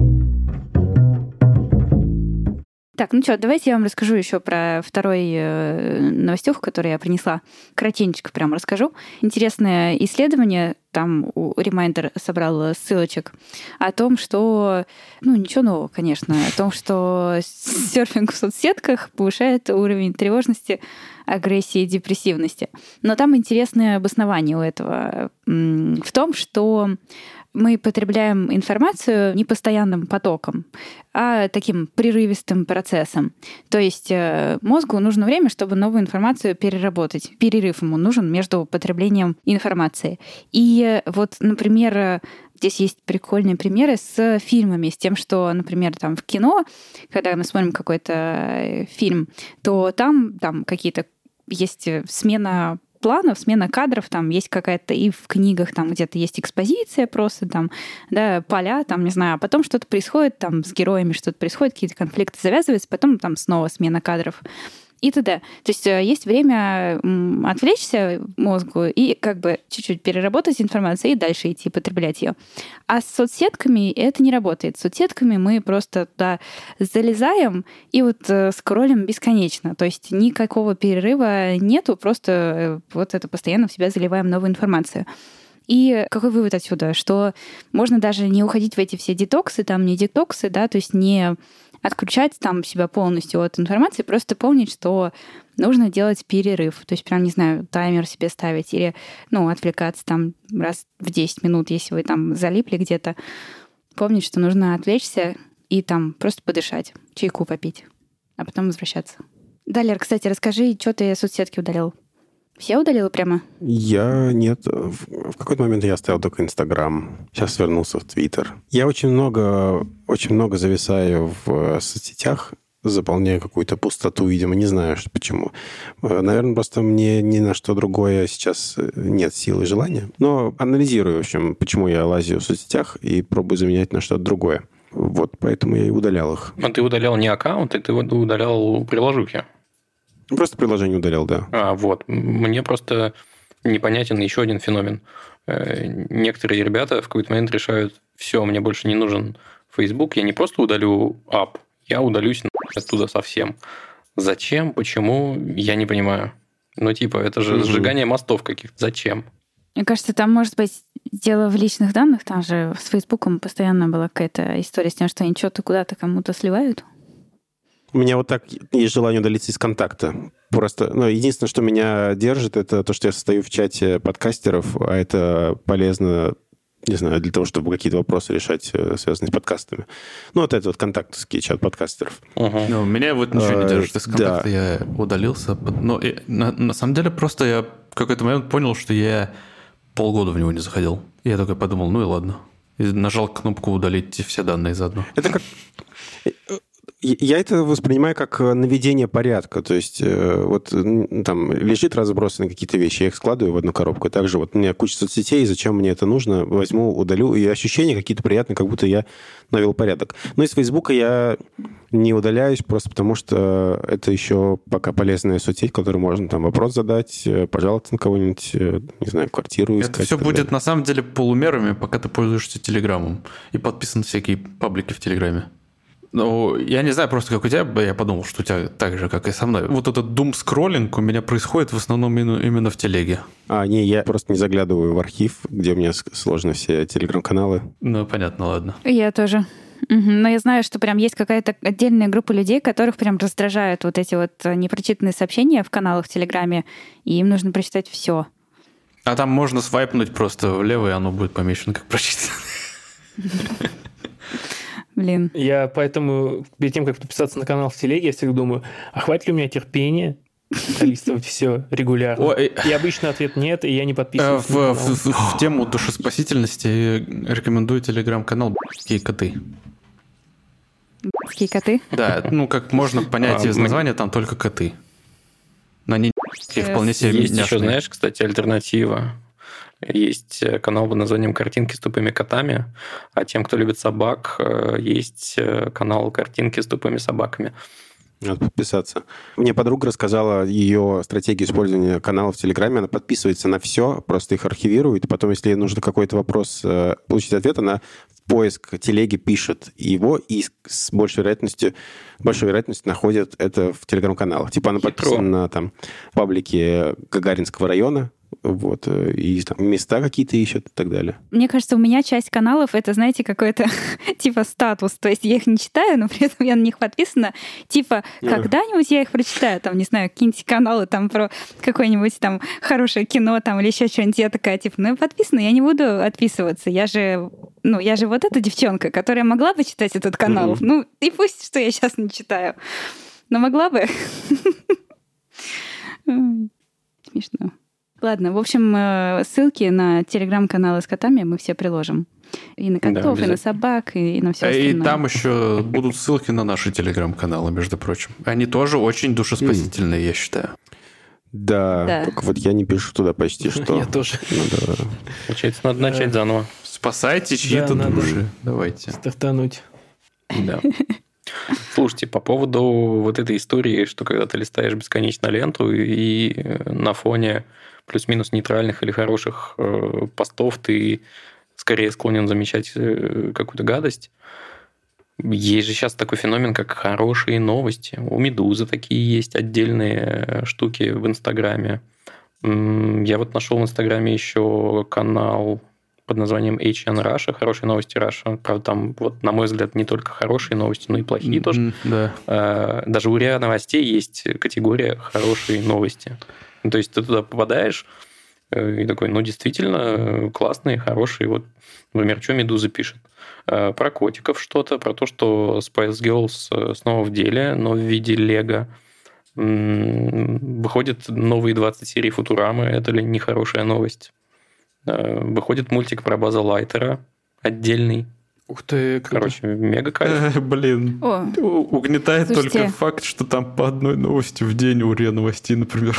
Так, ну что, давайте я вам расскажу еще про второй новостюх, который я принесла. Коротенечко прям расскажу. Интересное исследование, там Reminder собрал ссылочек, о том, что, ну, ничего нового, конечно, о том, что серфинг в соцсетках повышает уровень тревожности, агрессии и депрессивности. Но там интересное обоснование у этого в том, что мы потребляем информацию не постоянным потоком, а таким прерывистым процессом. То есть мозгу нужно время, чтобы новую информацию переработать. Перерыв ему нужен между потреблением информации. И вот, например, здесь есть прикольные примеры с фильмами, с тем, что, например, там в кино, когда мы смотрим какой-то фильм, то там какие-то есть смена планов, смена кадров, там есть какая-то, и в книгах там где-то есть экспозиция просто, там, да, поля, там, не знаю, а потом что-то происходит, там с героями что-то происходит, какие-то конфликты завязываются, потом там снова смена кадров и т.д. То есть есть время отвлечься мозгу и как бы чуть-чуть переработать информацию и дальше идти потреблять ее. А с соцсетками это не работает. С соцсетками мы просто туда залезаем и вот скроллим бесконечно. То есть никакого перерыва нету, просто вот это постоянно в себя заливаем новую информацию. И какой вывод отсюда? Что можно даже не уходить в эти все детоксы, там не детоксы, да, то есть не отключать там себя полностью от информации, просто помнить, что нужно делать перерыв. То есть прям, не знаю, таймер себе ставить или, ну, отвлекаться там раз в 10 минут, если вы там залипли где-то. Помнить, что нужно отвлечься и там просто подышать, чайку попить, а потом возвращаться. Далее, кстати, расскажи, что ты соцсетки удалил? Все удалил прямо? Я нет. В какой-то момент я оставил только Инстаграм. Сейчас вернулся в Твиттер. Я очень много зависаю в соцсетях, заполняю какую-то пустоту, видимо, не знаю почему. Наверное, просто мне ни на что другое сейчас нет сил и желания. Но анализирую, в общем, почему я лазю в соцсетях и пробую заменять на что-то другое. Вот, поэтому я и удалял их. А ты удалял не аккаунты, ты удалял приложухи. Просто приложение удалял, да. Вот. Мне просто непонятен еще один феномен. Некоторые ребята в какой-то момент решают, все, мне больше не нужен Facebook, я не просто удалю ап, я удалюсь оттуда совсем. Зачем, почему, я не понимаю. Ну, типа, это же сжигание мостов каких-то. Зачем? Мне кажется, там может быть дело в личных данных. Там же с Фейсбуком постоянно была какая-то история с тем, что они что-то куда-то кому-то сливают. У меня вот так есть желание удалиться из контакта. Просто, ну, единственное, что меня держит, это то, что я состою в чате подкастеров, а это полезно, не знаю, для того, чтобы какие-то вопросы решать, связанные с подкастами. Ну, вот это вот контактовский чат подкастеров. Ну, меня вот ничего не держит из контакта. Да. Я удалился. Но на самом деле просто я в какой-то момент понял, что я полгода в него не заходил. И я только подумал, ну и ладно. И нажал кнопку «Удалить все данные заодно». Это как... Я это воспринимаю как наведение порядка. То есть вот там лежит разбросаны какие-то вещи, я их складываю в одну коробку. И также вот у меня куча соцсетей, зачем мне это нужно, возьму, удалю. И ощущения какие-то приятные, как будто я навел порядок. Но из Фейсбука я не удаляюсь, просто потому что это еще пока полезная соцсеть, в которой можно там вопрос задать, пожаловаться на кого-нибудь, не знаю, квартиру искать. Это все будет на самом деле полумерами, пока ты пользуешься Телеграмом и подписан на всякие паблики в Телеграме. Ну, я не знаю просто, как у тебя, я подумал, что у тебя так же, как и со мной. Вот этот думскроллинг у меня происходит в основном именно в Телеге. Не, я просто не заглядываю в архив, где у меня сложно все Телеграм-каналы. Ну, понятно, ладно. Я тоже. Но я знаю, что прям есть какая-то отдельная группа людей, которых прям раздражают вот эти вот непрочитанные сообщения в каналах в Телеграме, и им нужно прочитать все. А там можно свайпнуть просто влево, и оно будет помечено как прочитано. Блин. Я поэтому, перед тем, как подписаться на канал в Телеге, я всегда думаю, а хватит ли у меня терпения листовать все регулярно? И обычно ответ нет, и я не подписываюсь. В тему душеспасительности рекомендую телеграм-канал «Б***ские коты». Б***ские коты? Да, ну как можно понять из названия, там только коты. Но они вполне себе есть няшные. еще, знаешь, кстати, альтернатива. Есть канал под названием «Картинки с тупыми котами», а тем, кто любит собак, есть канал «Картинки с тупыми собаками». Надо подписаться. Мне подруга рассказала ее стратегию использования канала в Телеграме. Она подписывается на все, просто их архивирует. И потом, если ей нужно какой-то вопрос получить ответ, она в поиск телеги пишет его и с большей вероятностью находит это в Телеграм-каналах. Типа она подписана на там, паблике Гагаринского района, вот, и там места какие-то ищут и так далее. Мне кажется, у меня часть каналов — это, знаете, какой-то типа статус. То есть я их не читаю, но при этом я на них подписана. Типа, когда-нибудь я их прочитаю. Там, не знаю, какие-нибудь каналы там про какое-нибудь там хорошее кино там или еще что-нибудь. Я такая, типа, я подписана, я не буду отписываться. Я же вот эта девчонка, которая могла бы читать этот канал. Ну, и пусть, что я сейчас не читаю. Но могла бы. Смешно. Ладно, в общем, ссылки на телеграм-каналы с котами мы все приложим. И на котов, и на собак, и на все остальное. И там еще будут ссылки на наши телеграм-каналы, между прочим. Они тоже очень душеспасительные, я считаю. Да, только вот я не пишу туда почти что. Я тоже. Получается, надо начать заново. Спасайте чьи-то души. Давайте. Стартануть. Да. Слушайте, по поводу вот этой истории, что когда ты листаешь бесконечно ленту и на фоне плюс-минус нейтральных или хороших постов ты скорее склонен замечать какую-то гадость. Есть же сейчас такой феномен, как хорошие новости. У «Медузы» такие есть отдельные штуки в Инстаграме. Я вот нашел в Инстаграме еще канал под названием HN Russia, хорошие новости Russia. Правда, там, вот, на мой взгляд, не только хорошие новости, но и плохие тоже. Да. Даже у РИА Новостей есть категория «хорошие новости». То есть ты туда попадаешь и такой, действительно, классные, хорошие. Вот, например, что «Медуза» пишет? Про котиков что-то, про то, что Spice Girls снова в деле, но в виде Лего. Выходят новые 20 серий «Футурамы». Это ли не хорошая новость? Выходит мультик про База Лайтера отдельный. Ух ты, короче, мега кайф. Блин. Угнетает только факт, что там по одной новости в день у РИА Новостей, например.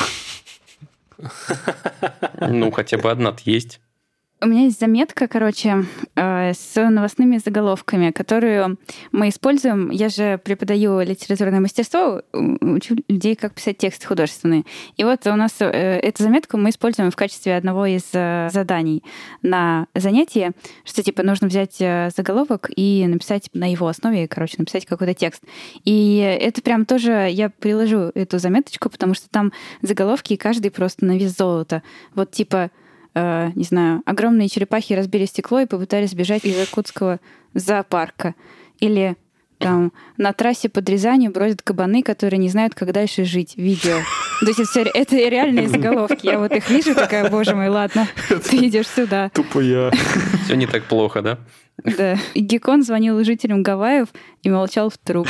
Хотя бы одна-то есть. У меня есть заметка, с новостными заголовками, которую мы используем. Я же преподаю литературное мастерство, учу людей, как писать тексты художественные. И вот у нас эту заметку мы используем в качестве одного из заданий на занятии, что нужно взять заголовок и написать на его основе, написать какой-то текст. И это прям тоже, я приложу эту заметочку, потому что там заголовки, и каждый просто на вес золота. Вот не знаю, огромные черепахи разбили стекло и попытались сбежать из иркутского зоопарка. Или там на трассе под Рязанью бродят кабаны, которые не знают, как дальше жить. Видео. То есть это реальные заголовки. Я вот их вижу, такая, боже мой, ладно, ты идешь сюда. Тупо я. Все не так плохо, да? Да. И Геккон звонил жителям Гавайев и молчал в трубку.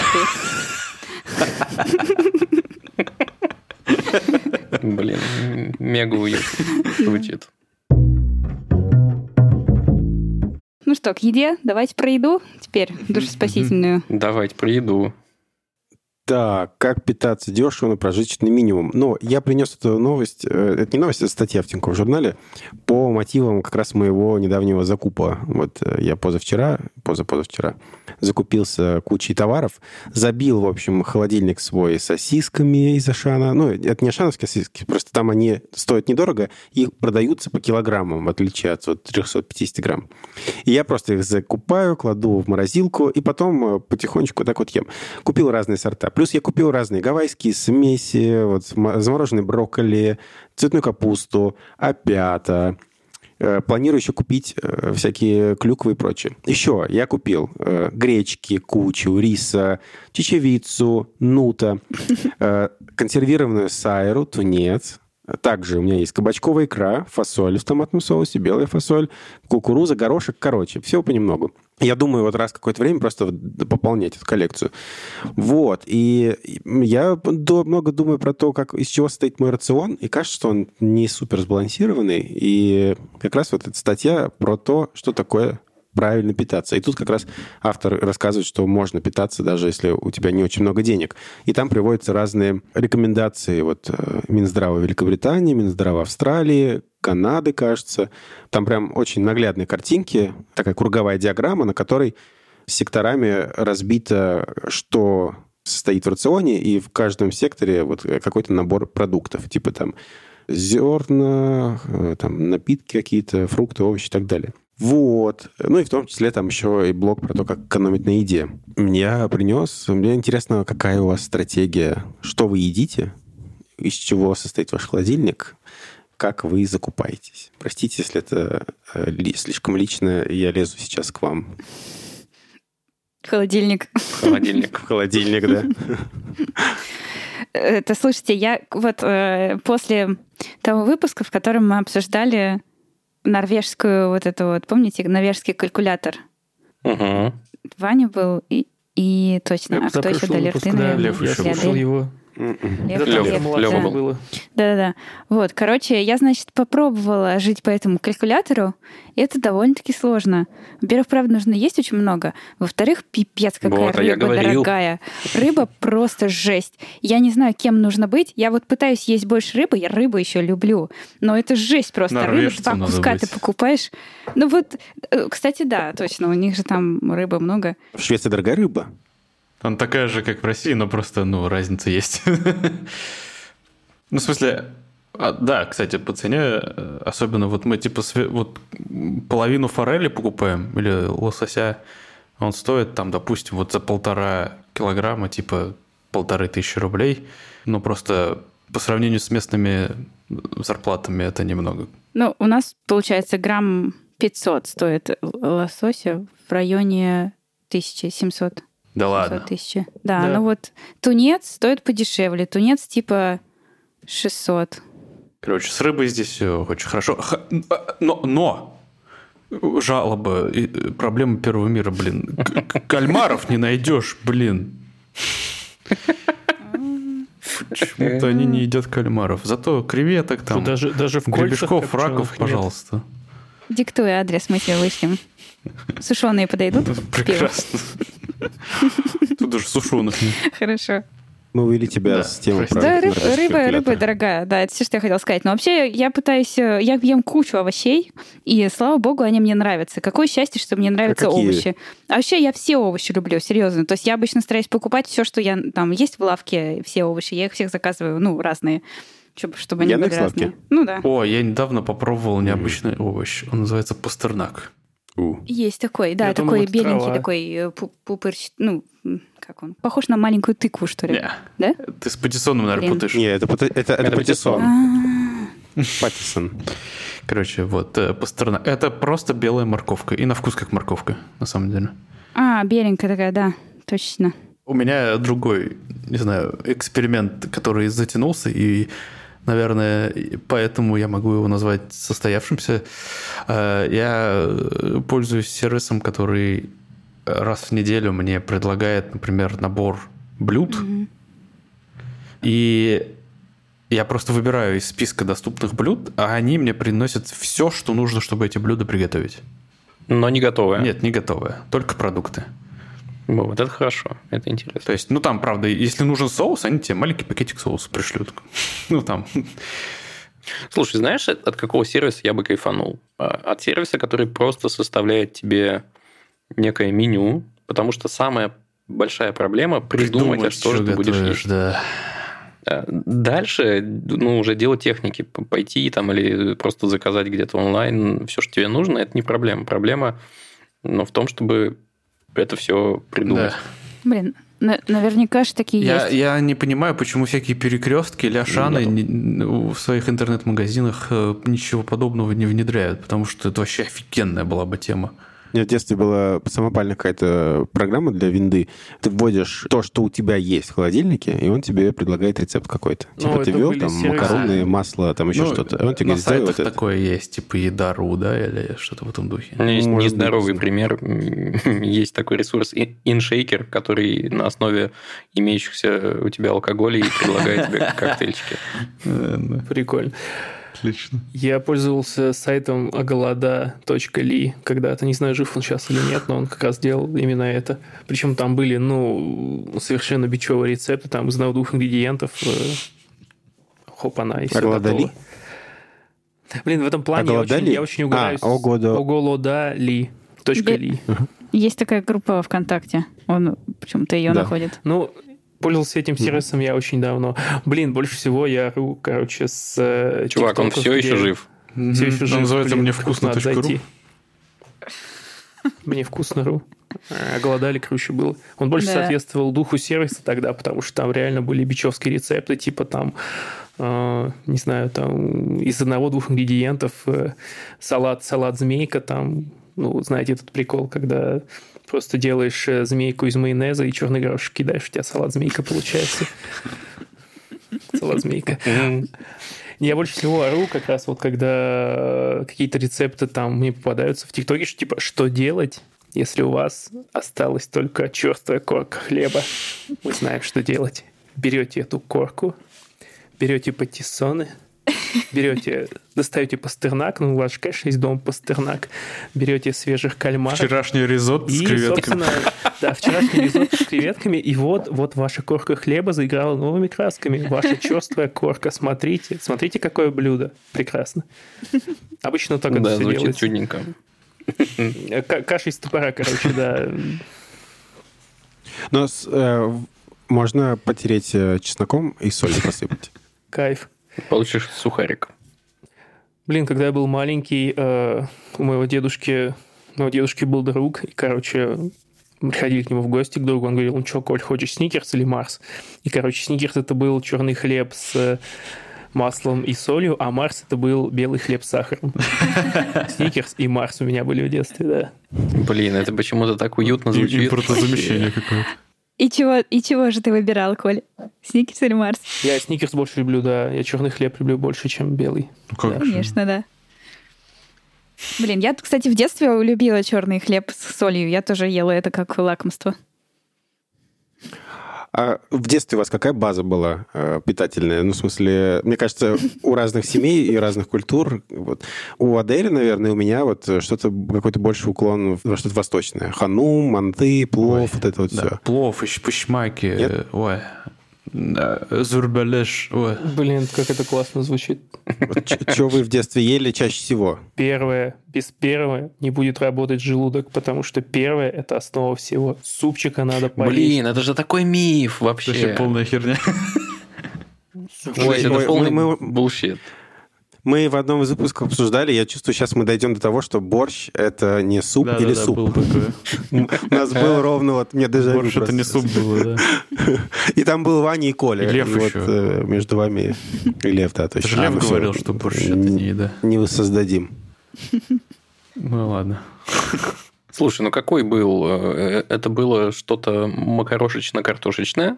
Блин, мега уютно звучит. Ну что, к еде? Давайте про еду теперь, душеспасительную. Давайте про еду. Так, как питаться дешево на прожиточный минимум. Но я принес эту новость, это не новость, это статья в Тинькофф журнале, по мотивам как раз моего недавнего закупа. Вот я позавчера закупился кучей товаров, забил, в общем, холодильник свой сосисками из Ашана. Ну, это не ашановские сосиски, просто там они стоят недорого, и продаются по килограммам, в отличие от 350 грамм. И я просто их закупаю, кладу в морозилку, и потом потихонечку так вот ем. Купил разные сорта. Плюс я купил разные гавайские смеси, вот замороженный брокколи, цветную капусту, опята. Планирую еще купить всякие клюквы и прочее. Еще я купил гречки, кучу, риса, чечевицу, нута, консервированную сайру, тунец. Также у меня есть кабачковая икра, фасоль в томатном соусе, белая фасоль, кукуруза, горошек, короче, всего понемногу. Я думаю, вот раз в какое-то время просто пополнять эту коллекцию. Вот. И я много думаю про то, из чего состоит мой рацион, и кажется, что он не супер сбалансированный. И как раз вот эта статья про то, что такое правильно питаться. И тут как раз автор рассказывает, что можно питаться, даже если у тебя не очень много денег. И там приводятся разные рекомендации. Вот Минздрава Великобритании, Минздрава Австралии, Канады, кажется. Там прям очень наглядные картинки, такая круговая диаграмма, на которой секторами разбито, что состоит в рационе, и в каждом секторе вот какой-то набор продуктов. Типа там зерна, там напитки какие-то, фрукты, овощи и так далее. Вот. Ну и в том числе там еще и блог про то, как экономить на еде. Я принес. Мне интересно, какая у вас стратегия. Что вы едите? Из чего состоит ваш холодильник? Как вы закупаетесь? Простите, если это слишком лично, я лезу сейчас к вам. Холодильник. Холодильник. Холодильник, да. Это, слушайте, я вот после того выпуска, в котором мы обсуждали норвежскую вот эту вот, помните, норвежский калькулятор? Угу. Ваня был и точно. А кто еще? Далер, ты, наверное? Лев еще слушал его. Лёва был. Было. Да-да-да. Вот, короче, я, значит, попробовала жить по этому калькулятору, и это довольно-таки сложно. Во-первых, правда, нужно есть очень много. Во-вторых, пипец, какая Вот, рыба дорогая. Рыба просто жесть. Я не знаю, кем нужно быть. Я вот пытаюсь есть больше рыбы, я рыбу еще люблю. Но это жесть просто. Рыбу 2 куска ты покупаешь. Ну вот, кстати, да, точно, у них же там рыбы много. В Швеции дорогая рыба? Она такая же, как в России, но просто, разница есть. Ну, в смысле, да, кстати, по цене, особенно вот мы типа вот половину форели покупаем или лосося, он стоит там, допустим, вот за 1,5 килограмма, типа 1500 рублей, но просто по сравнению с местными зарплатами это немного. Ну, у нас, получается, грамм 500 стоит лосося в районе 1700. Да ладно. 1000. Да, ну вот тунец стоит подешевле. Тунец типа 600. Короче, с рыбой здесь все очень хорошо. Но жалоба, проблема первого мира, блин. Кальмаров не найдешь, блин. Почему-то они не едят кальмаров. Зато креветок там, даже в гребешков, раков, пожалуйста. Диктуй адрес, мы тебе вышлем. Сушеные подойдут? Прекрасно. Тут даже сушеных нет. Хорошо. Мы увели тебя с темы про да, рыба дорогая. Да, это все, что я хотела сказать. Но вообще я пытаюсь... Я ем кучу овощей, и, слава богу, они мне нравятся. Какое счастье, что мне нравятся овощи. А вообще я все овощи люблю, серьезно. То есть я обычно стараюсь покупать все, что я там есть в лавке, все овощи. Я их всех заказываю, разные. Чтобы они были разные. Ну да. О, я недавно попробовал необычный овощ. Он называется пастернак. Есть такой, да, такой беленький, такой пупырчатый, как он? Похож на маленькую тыкву, что ли? Да? Ты с патиссоном, наверное, путаешь. Нет, это патиссон. Паттисон. Короче, вот пастернак. Это просто белая морковка. И на вкус как морковка, на самом деле. Беленькая такая, да, точно. У меня другой, не знаю, эксперимент, который затянулся, и, наверное, поэтому я могу его назвать состоявшимся. Я пользуюсь сервисом, который раз в неделю мне предлагает, например, набор блюд. Mm-hmm. И я просто выбираю из списка доступных блюд, а они мне приносят все, что нужно, чтобы эти блюда приготовить. Но не готовые? Нет, не готовые, только продукты. Вот это хорошо, это интересно. То есть, там, правда, если нужен соус, они тебе маленький пакетик соуса пришлют. Там... Слушай, знаешь, от какого сервиса я бы кайфанул? От сервиса, который просто составляет тебе некое меню, потому что самая большая проблема придумать что же ты будешь есть. Да. Дальше, уже дело техники. Пойти там или просто заказать где-то онлайн все, что тебе нужно, это не проблема. Проблема в том, чтобы это все придумать. Да. Блин, наверняка же такие есть. Я не понимаю, почему всякие перекрестки или Ашаны в своих интернет-магазинах ничего подобного не внедряют, потому что это вообще офигенная была бы тема. У меня в детстве была самопальная какая-то программа для винды. Ты вводишь то, что у тебя есть в холодильнике, и он тебе предлагает рецепт какой-то. Типа ты ввел там макароны, масло, там еще что-то. Он тебе на говорит, сделай сайтах вот это. такое есть, типа Еда.ру, да, или что-то в этом духе. Есть нездоровый пример. Есть такой ресурс InShaker, который на основе имеющихся у тебя алкоголя и предлагает тебе коктейльчики. Прикольно. Отлично. Я пользовался сайтом agolada.li. Когда-то, не знаю, жив он сейчас или нет, но он как раз делал именно это. Причем там были, совершенно бичевые рецепты, там из 2 ингредиентов. Хоп-она, и все готово. Блин, в этом плане я очень угораюсь. Agolada.li. Есть такая группа ВКонтакте. Он почему-то ее находит. Пользовался этим сервисом я очень давно. Блин, больше всего я ору, с... Чувак, он все еще жив. Все еще жив. Называется «Мневкусно.ру». Мневкусно.ру. Голодали, круче было. Он больше соответствовал духу сервиса тогда, потому что там реально были бичевские рецепты, типа там, не знаю, там из 1-2 ингредиентов салат змейка, там, знаете этот прикол, когда... Просто делаешь змейку из майонеза и черный горошек кидаешь, у тебя салат-змейка получается. Салат-змейка. Я больше всего ору как раз когда какие-то рецепты там мне попадаются в ТикТоке, что типа, что делать, если у вас осталась только черствая корка хлеба. Мы знаем, что делать. Берете эту корку, берете патиссоны, достаете пастернак, у вас же, конечно, есть дома пастернак, берете свежих кальмаров. Вчерашний ризотто с креветками. Да, вчерашний ризотто с креветками, и вот ваша корка хлеба заиграла новыми красками. Ваша черствая корка, смотрите, какое блюдо. Прекрасно. Обычно так это все делается. Да, звучит чудненько. Каша из топора, короче, да. Но можно потереть чесноком и солью посыпать. Кайф. Получишь сухарик. Блин, когда я был маленький, у моего дедушки был друг, и, мы приходили к нему в гости к другу, он говорил, что, Коль, хочешь сникерс или Марс? И, сникерс это был черный хлеб с маслом и солью, а Марс это был белый хлеб с сахаром. Сникерс и Марс у меня были в детстве, да. Блин, это почему-то так уютно звучит. Импортозамещение какое-то. И чего же ты выбирал, Коль? Сникерс или Марс? Я сникерс больше люблю, да. Я черный хлеб люблю больше, чем белый. Конечно, да. Блин, я, кстати, в детстве любила черный хлеб с солью. Я тоже ела это как лакомство. А в детстве у вас какая база была питательная? В смысле, мне кажется, у разных семей и разных культур. У Адели, наверное, у меня что-то, какой-то больше уклон во что-то восточное. Ханум, манты, плов, это все. Плов, пышмаки. Ой. Зурбалеш. Блин, как это классно звучит. Что вы в детстве ели чаще всего? Первое. Без первого не будет работать желудок, потому что первое – это основа всего. Супчика надо поесть. Блин, это же такой миф вообще. Вообще полная херня. Это полный булшит. Мы в одном из выпусков обсуждали, я чувствую, сейчас мы дойдем до того, что борщ – это не суп или суп. Было такое. У нас был ровно, мне даже... Борщ – это не суп было, да. И там был Ваня и Коля. И Лев еще. Между вами и Лев, да, точно. Лев говорил, что борщ – это не еда. Не воссоздадим. Ну ладно. Слушай, какой был? Это было что-то макарошечно-картошечное?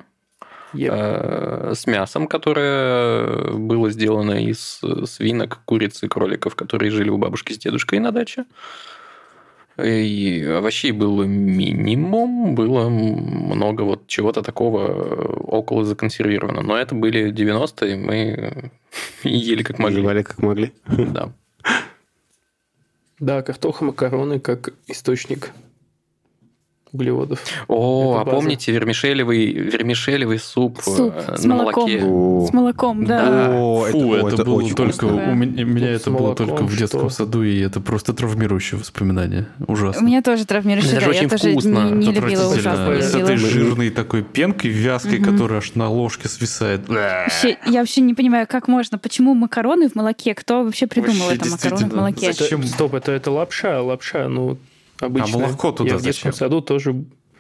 С мясом, которое было сделано из свинок, куриц и кроликов, которые жили у бабушки с дедушкой на даче. И овощей было минимум, было много чего-то такого около законсервированного. Но это были 90-е, мы ели как могли. Жевали как могли. Да. Да, картоха, макароны как источник углеводов. А помните вермишелевый суп с на молоком. молоке? С молоком, да. Это было очень только... вкусно. У меня С это было молоком, только в детском что? саду, и это просто травмирующее воспоминание. У Ужасно. меня тоже травмирующий, Это же да. очень Я тоже вкусно. не любила, Отвратительно. ужасно С не этой любила. жирной такой пенкой вязкой, которая аж на ложке свисает. Я вообще не понимаю, как можно, почему макароны в молоке? Кто вообще придумал Вообще, это, макароны в действительно. молоке? Зачем? Стоп, это лапша, обычная. А молоко туда Я в детском зачем? саду тоже...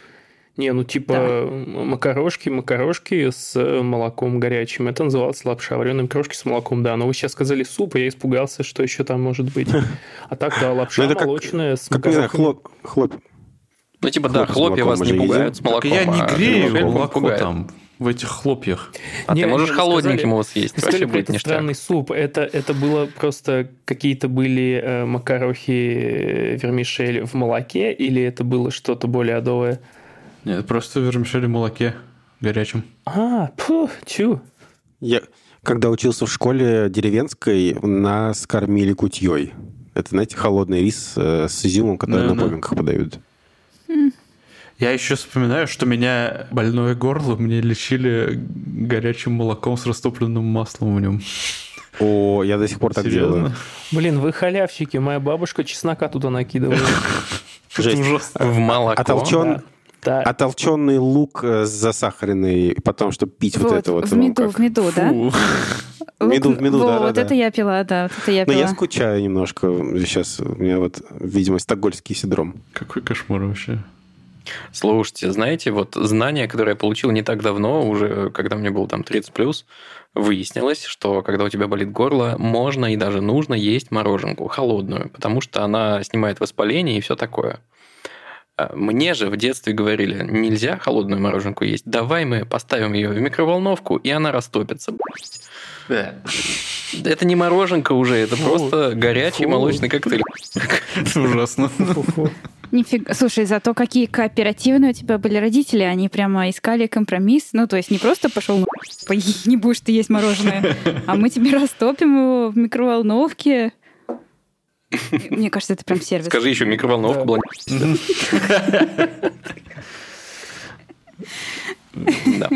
макарошки с молоком горячим. Это называлось лапша, вареные макарошки с молоком, да. Но вы сейчас сказали суп, и я испугался, что еще там может быть. А так, да, лапша Ну, это молочная с Как, не знаю, макарошками. хлоп. Ну, типа, да, Хлопья с хлопья вас молоком не мы же пугают с Так молоком. я не а грею вермишель молоко пугает. там, в этих хлопьях. А ты можешь вы холодненьким сказали- его съесть. Вы Вообще сказали, будет это ништяк. странный суп. Это было просто какие-то были макарохи вермишель в молоке, или это было что-то более адовое? Нет, просто вермишель в молоке горячем. Чу. Я, когда учился в школе деревенской, нас кормили кутьей. Это, знаете, холодный рис с изюмом, который Да, на да. поминках подают. Я еще вспоминаю, что меня больное горло мне лечили горячим молоком с растопленным маслом в нем. О, я до сих пор так делаю. Блин, вы халявщики. Моя бабушка чеснока туда накидывала. Жесть. В молоко. Да. Отолченный лук засахаренный, потом, чтобы пить вот это вот. в меду, да? Фу. Меду, да. Вот это я пила, да, вот это я Но я пила. скучаю немножко. Сейчас у меня вот, видимо, стокгольмский синдром. Какой кошмар вообще. Слушайте, знаете, вот знание, которое я получил не так давно, уже когда мне было там 30+, выяснилось, что когда у тебя болит горло, можно и даже нужно есть мороженку холодную, потому что она снимает воспаление и все такое. Мне же в детстве говорили, нельзя холодную мороженку есть, давай мы поставим ее в микроволновку, и она растопится. Это не мороженка уже, это просто горячий молочный коктейль. Это ужасно. Нифига. Слушай, зато какие кооперативные у тебя были родители, они прямо искали компромисс. Ну, то есть не просто пошел, не будешь ты есть мороженое, а мы тебе растопим его в микроволновке. Мне кажется, это прям сервис. Скажи еще, микроволновка была. Да.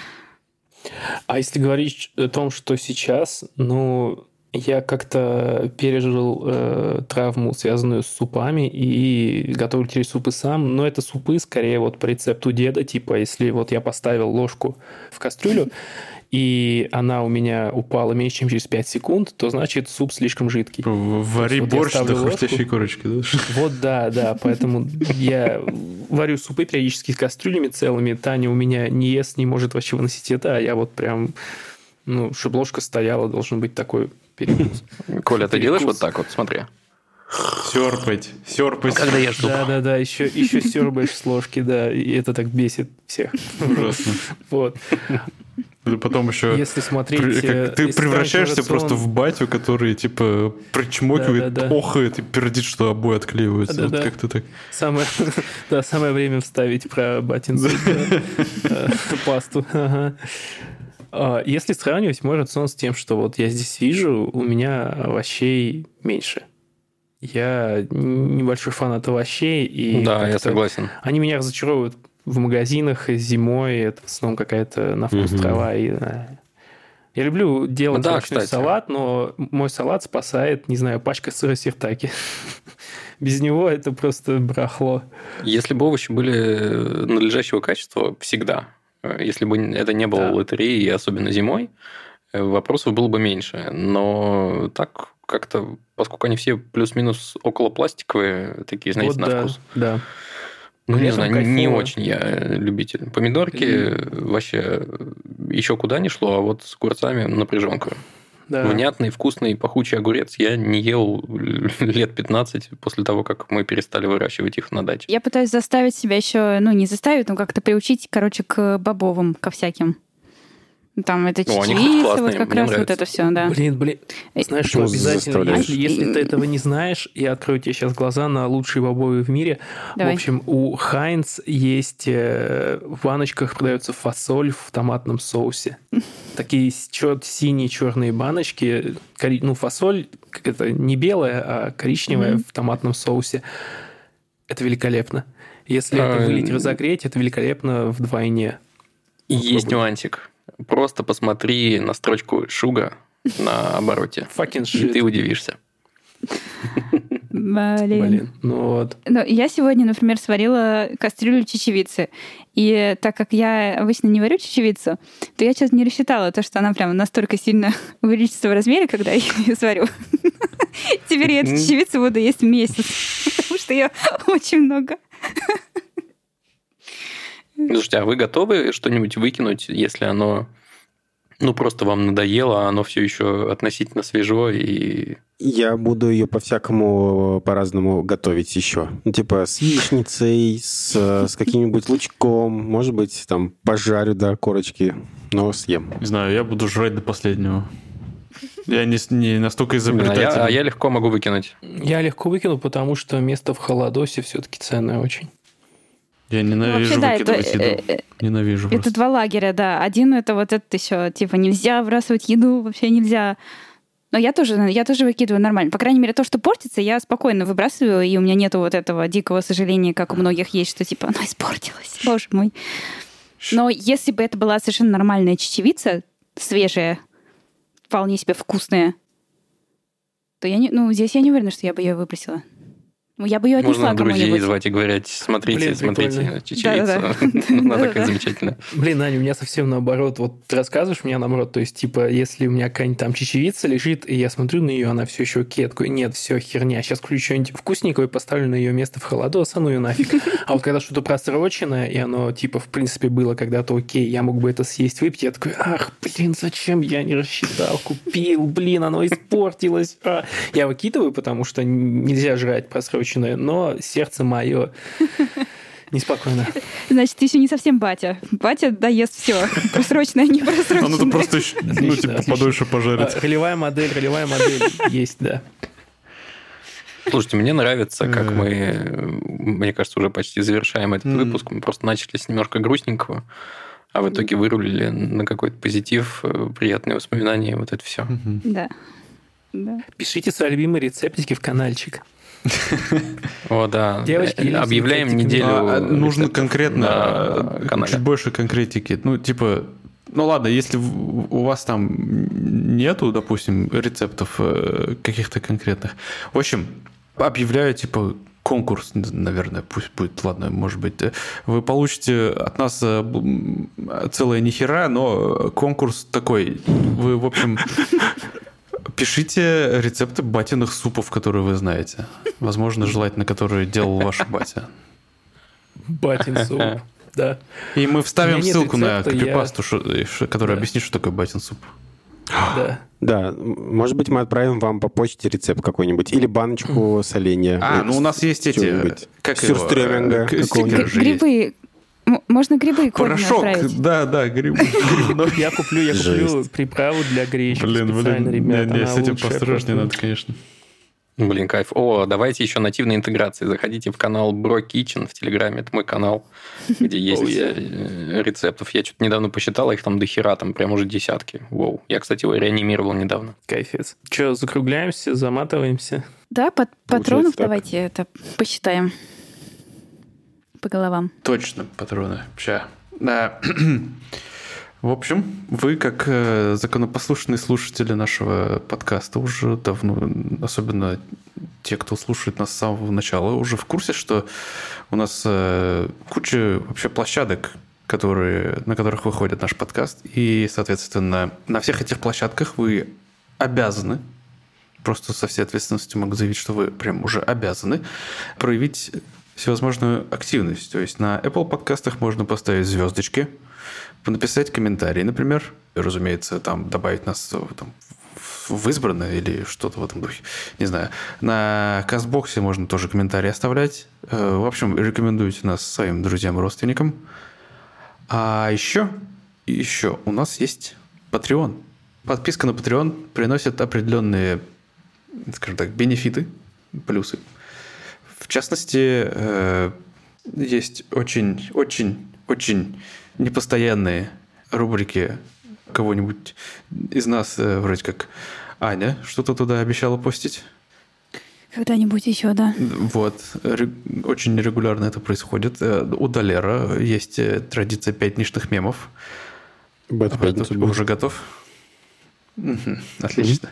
А если говорить о том, что сейчас, я как-то пережил травму, связанную с супами, и готовлю теперь супы сам. Но это супы скорее вот по рецепту деда. Типа, если вот я поставил ложку в кастрюлю, и она у меня упала меньше, чем через 5 секунд, то значит суп слишком жидкий. Вари Вот я борщ ставлю до ложку. хрустящей корочки, да? Вот да, поэтому я варю супы периодически с кастрюлями целыми. Таня у меня не ест, не может вообще выносить это, а я вот прям, чтобы ложка стояла, должен быть такой перекус. Коля, ты делаешь вот так вот, смотри. Серпать. Когда ешь суп. Да, еще сербаешь с ложки, да, и это так бесит всех. Ужасно. Вот. Потом еще... Если смотреть... Ты если превращаешься ставить просто рацион- в батю, который, типа, причмокивает, Да. охает и пердит, что обои отклеиваются. Вот Да. как-то так. Самое время вставить про батинцу пасту. Ага. Если сравнивать мой рацион с тем, что вот я здесь вижу, у меня овощей меньше. Я небольшой фанат овощей. И Да, я как-то согласен. Они меня разочаровывают в магазинах зимой. Это в основном какая-то на вкус трава. Я люблю делать Да, овощной кстати. салат, но мой салат спасает, не знаю, пачка сыра сиртаки. Без него это просто барахло. Если бы овощи были надлежащего качества, всегда. Если бы это не было лотереи, особенно зимой, вопросов было бы меньше. Но так как-то, поскольку они все плюс-минус около пластиковые, такие, знаете, Вот на вкус. Да. Ну, При не этом знаю, не кайфово. очень я любитель. Помидорки вообще еще куда ни шло, а вот с огурцами напряженка. Да. Внятный, вкусный, пахучий огурец я не ел лет 15 после того, как мы перестали выращивать их на даче. Я пытаюсь заставить себя еще, не заставить, но как-то приучить, к бобовым, ко всяким. Там это О, они, кстати, чечевица, классные, вот как мне раз вот нравится. это все, да. Блин. Знаешь, что Почему обязательно, заставляешь? если ты этого не знаешь, я открою тебе сейчас глаза на лучшие бобовые в мире. Давай. В общем, у Хайнц есть в баночках продается фасоль в томатном соусе. Такие синие черные баночки. Фасоль как это не белая, а коричневая в томатном соусе. Это великолепно. Если это вылить разогреть, это великолепно вдвойне. Есть нюансик. Просто посмотри на строчку «шуга» на обороте. Fucking И shit. ты удивишься. Блин. Ну вот. Ну, я сегодня, например, сварила кастрюлю чечевицы. И так как я обычно не варю чечевицу, то я сейчас не рассчитала то, что она прям настолько сильно увеличится в размере, когда я ее сварю. Теперь я эту чечевицу буду есть месяц, потому что ее очень много. Слушайте, а вы готовы что-нибудь выкинуть, если оно просто вам надоело, а оно все еще относительно свежо и... Я буду ее по-всякому, по-разному готовить еще. Ну, типа с яичницей, с каким-нибудь лучком, может быть, там пожарю до корочки, но съем. Не знаю, я буду жрать до последнего. Я не настолько изобретательный. А я легко могу выкинуть. Я легко выкину, потому что место в холодосе все-таки ценное очень. Я ненавижу выкидывать еду. Ненавижу Это просто. два лагеря, да. Один это вот это еще, типа, нельзя выбрасывать еду, вообще нельзя. Но я тоже выкидываю нормально. По крайней мере, то, что портится, я спокойно выбрасываю, и у меня нету вот этого дикого сожаления, как у многих есть, что типа, оно испортилось, боже мой. Но если бы это была совершенно нормальная чечевица, свежая, вполне себе вкусная, то здесь я не уверена, что я бы ее выбросила. Я бы ее отнесла Можно друзей кому-нибудь. звать и говорить, смотрите, прикольно. чечевицу. Она такая замечательная. Блин, Аня, у меня совсем наоборот. Вот ты рассказываешь мне наоборот, то есть, типа, если у меня какая-нибудь там чечевица лежит, и я смотрю на нее, она все еще окей, я такой, нет, все, херня, сейчас включу что-нибудь вкусненькое и поставлю на ее место в холодос, а ну ее нафиг. А вот когда что-то просроченное, и оно, типа, в принципе, было когда-то окей, я мог бы это съесть, выпить, я такой, ах, блин, зачем я не рассчитал, купил, блин, оно испортилось. Я выкидываю, потому что нельзя жрать просроченное, но сердце мое неспокойно. Значит, ты еще не совсем батя. Батя доест все. Просроченное, не просроченное. Надо просто подольше пожарить. Ролевая модель есть, да. Слушайте, мне нравится, как мне кажется, уже почти завершаем этот выпуск. Мы просто начали с немножко грустненького, а в итоге вырулили на какой-то позитив, приятные воспоминания, вот это все. Да. Пишите свои любимые рецептики в каналчик. О, да. Девочки, объявляем неделю. Нужно конкретно, на канале. чуть больше конкретики. Ну ладно, если у вас там нету, допустим, рецептов каких-то конкретных. В общем, объявляю, типа, конкурс, наверное, пусть будет, ладно, может быть. Вы получите от нас целое нихера, но конкурс такой. Вы, в общем... Пишите рецепты батиных супов, которые вы знаете. Возможно, желательно, которые делал ваш батя. Батин суп, да. И мы вставим ссылку на рецепта, копипасту, которая объяснит, что такое батин суп. Да. Да, может быть, мы отправим вам по почте рецепт какой-нибудь. Или баночку соленья. У нас есть эти... Сюрстрёминга какого-нибудь. Грибы. Можно грибы кодно Порошок, отправить. да, грибы. Я куплю приправу для гречки специально, Блин, ребята. не, с этим построжнее надо, конечно. Блин, кайф. О, давайте еще нативной интеграции. Заходите в канал Bro Kitchen в Телеграме. Это мой канал, где есть рецептов. Я что-то недавно посчитал, их там до хера, там прям уже десятки. Воу. Я, кстати, его реанимировал недавно. Кайфец. Че, закругляемся, заматываемся? Да, патронов так. давайте это посчитаем. По головам. Точно, патроны. Ща. Да. В общем, вы, как законопослушные слушатели нашего подкаста, уже давно, особенно те, кто слушает нас с самого начала, уже в курсе, что у нас куча вообще площадок, на которых выходит наш подкаст. И, соответственно, на всех этих площадках вы обязаны, просто со всей ответственностью могу заявить, что вы прям уже обязаны проявить всевозможную активность. То есть на Apple подкастах можно поставить звездочки, написать комментарий, например. И, разумеется, там добавить нас там, в избранное или что-то в этом духе. Не знаю. На Кастбоксе можно тоже комментарии оставлять. В общем, рекомендуйте нас своим друзьям и родственникам. А еще у нас есть Patreon. Подписка на Patreon приносит определенные, скажем так, бенефиты, плюсы. В частности, есть очень непостоянные рубрики кого-нибудь из нас, вроде как Аня что-то туда обещала постить. Когда-нибудь еще, да. Вот. Очень нерегулярно это происходит. У Долера есть традиция пятничных мемов. Бэт-пятницу Ты уже готов? Отлично.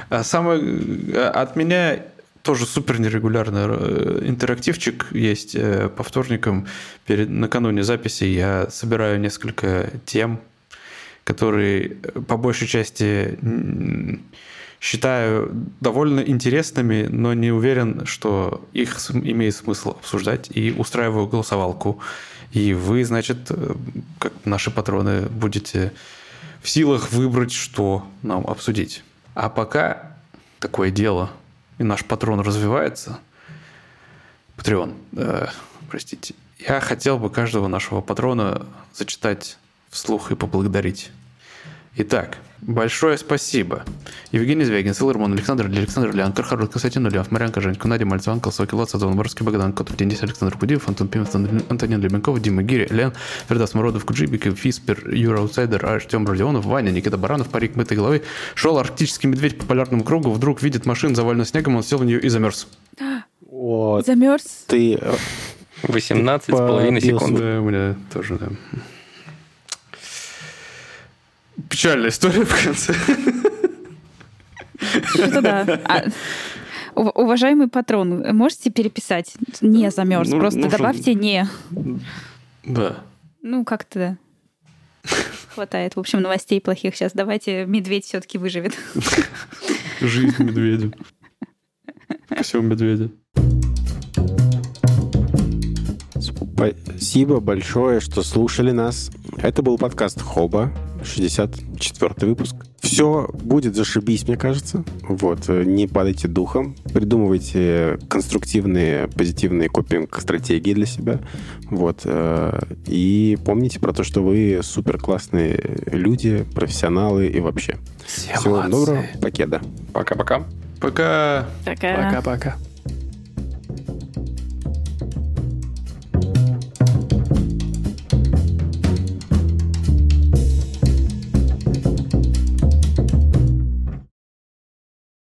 От меня тоже супер нерегулярный интерактивчик есть по вторникам. Накануне записи я собираю несколько тем, которые по большей части считаю довольно интересными, но не уверен, что их имеет смысл обсуждать, и устраиваю голосовалку. И вы, значит, как наши патроны, будете в силах выбрать, что нам обсудить. А пока такое дело, и наш патрон развивается, Patreon, простите, я хотел бы каждого нашего патрона зачитать вслух и поблагодарить. Итак, большое спасибо. Евгений Звягин, Силармон, Александр Лян, Кархарут, Константин Ульянов, Марьянка Женько, Надя Мальцеван, Колсовый, Лот, Сазон, Боровский, Богдан, Котов, Денис, Александр Кудиев, Антон Пимов, Антонин Лебенков, Дима Гири, Лен, Фердас Мородов, Куджибик, Фиспер, Юра Аутсайдер, Артем Родионов, Ваня, Никита Баранов, Парик мытой головы. Шел арктический медведь по полярному кругу, вдруг видит машину, заваленную снегом, он сел в нее и замерз. Вот. Замерз? Ты 18,5 секунд. Да, у меня тоже, да. Печальная история в конце. Что-то да. Уважаемый патрон, можете переписать «не замерз»? Просто добавьте «не». Да. Как-то да. Хватает, в общем, новостей плохих сейчас. Давайте медведь все-таки выживет. Жизнь медведя. Все медведя. Спасибо большое, что слушали нас. Это был подкаст Хоба, 64-й выпуск. Все будет зашибись, мне кажется. Вот, не падайте духом. Придумывайте конструктивные, позитивные копинг-стратегии для себя. Вот. И помните про то, что вы супер классные люди, профессионалы и вообще. Всего доброго. Покеда. Пока-пока. Пока. Пока. Пока-пока.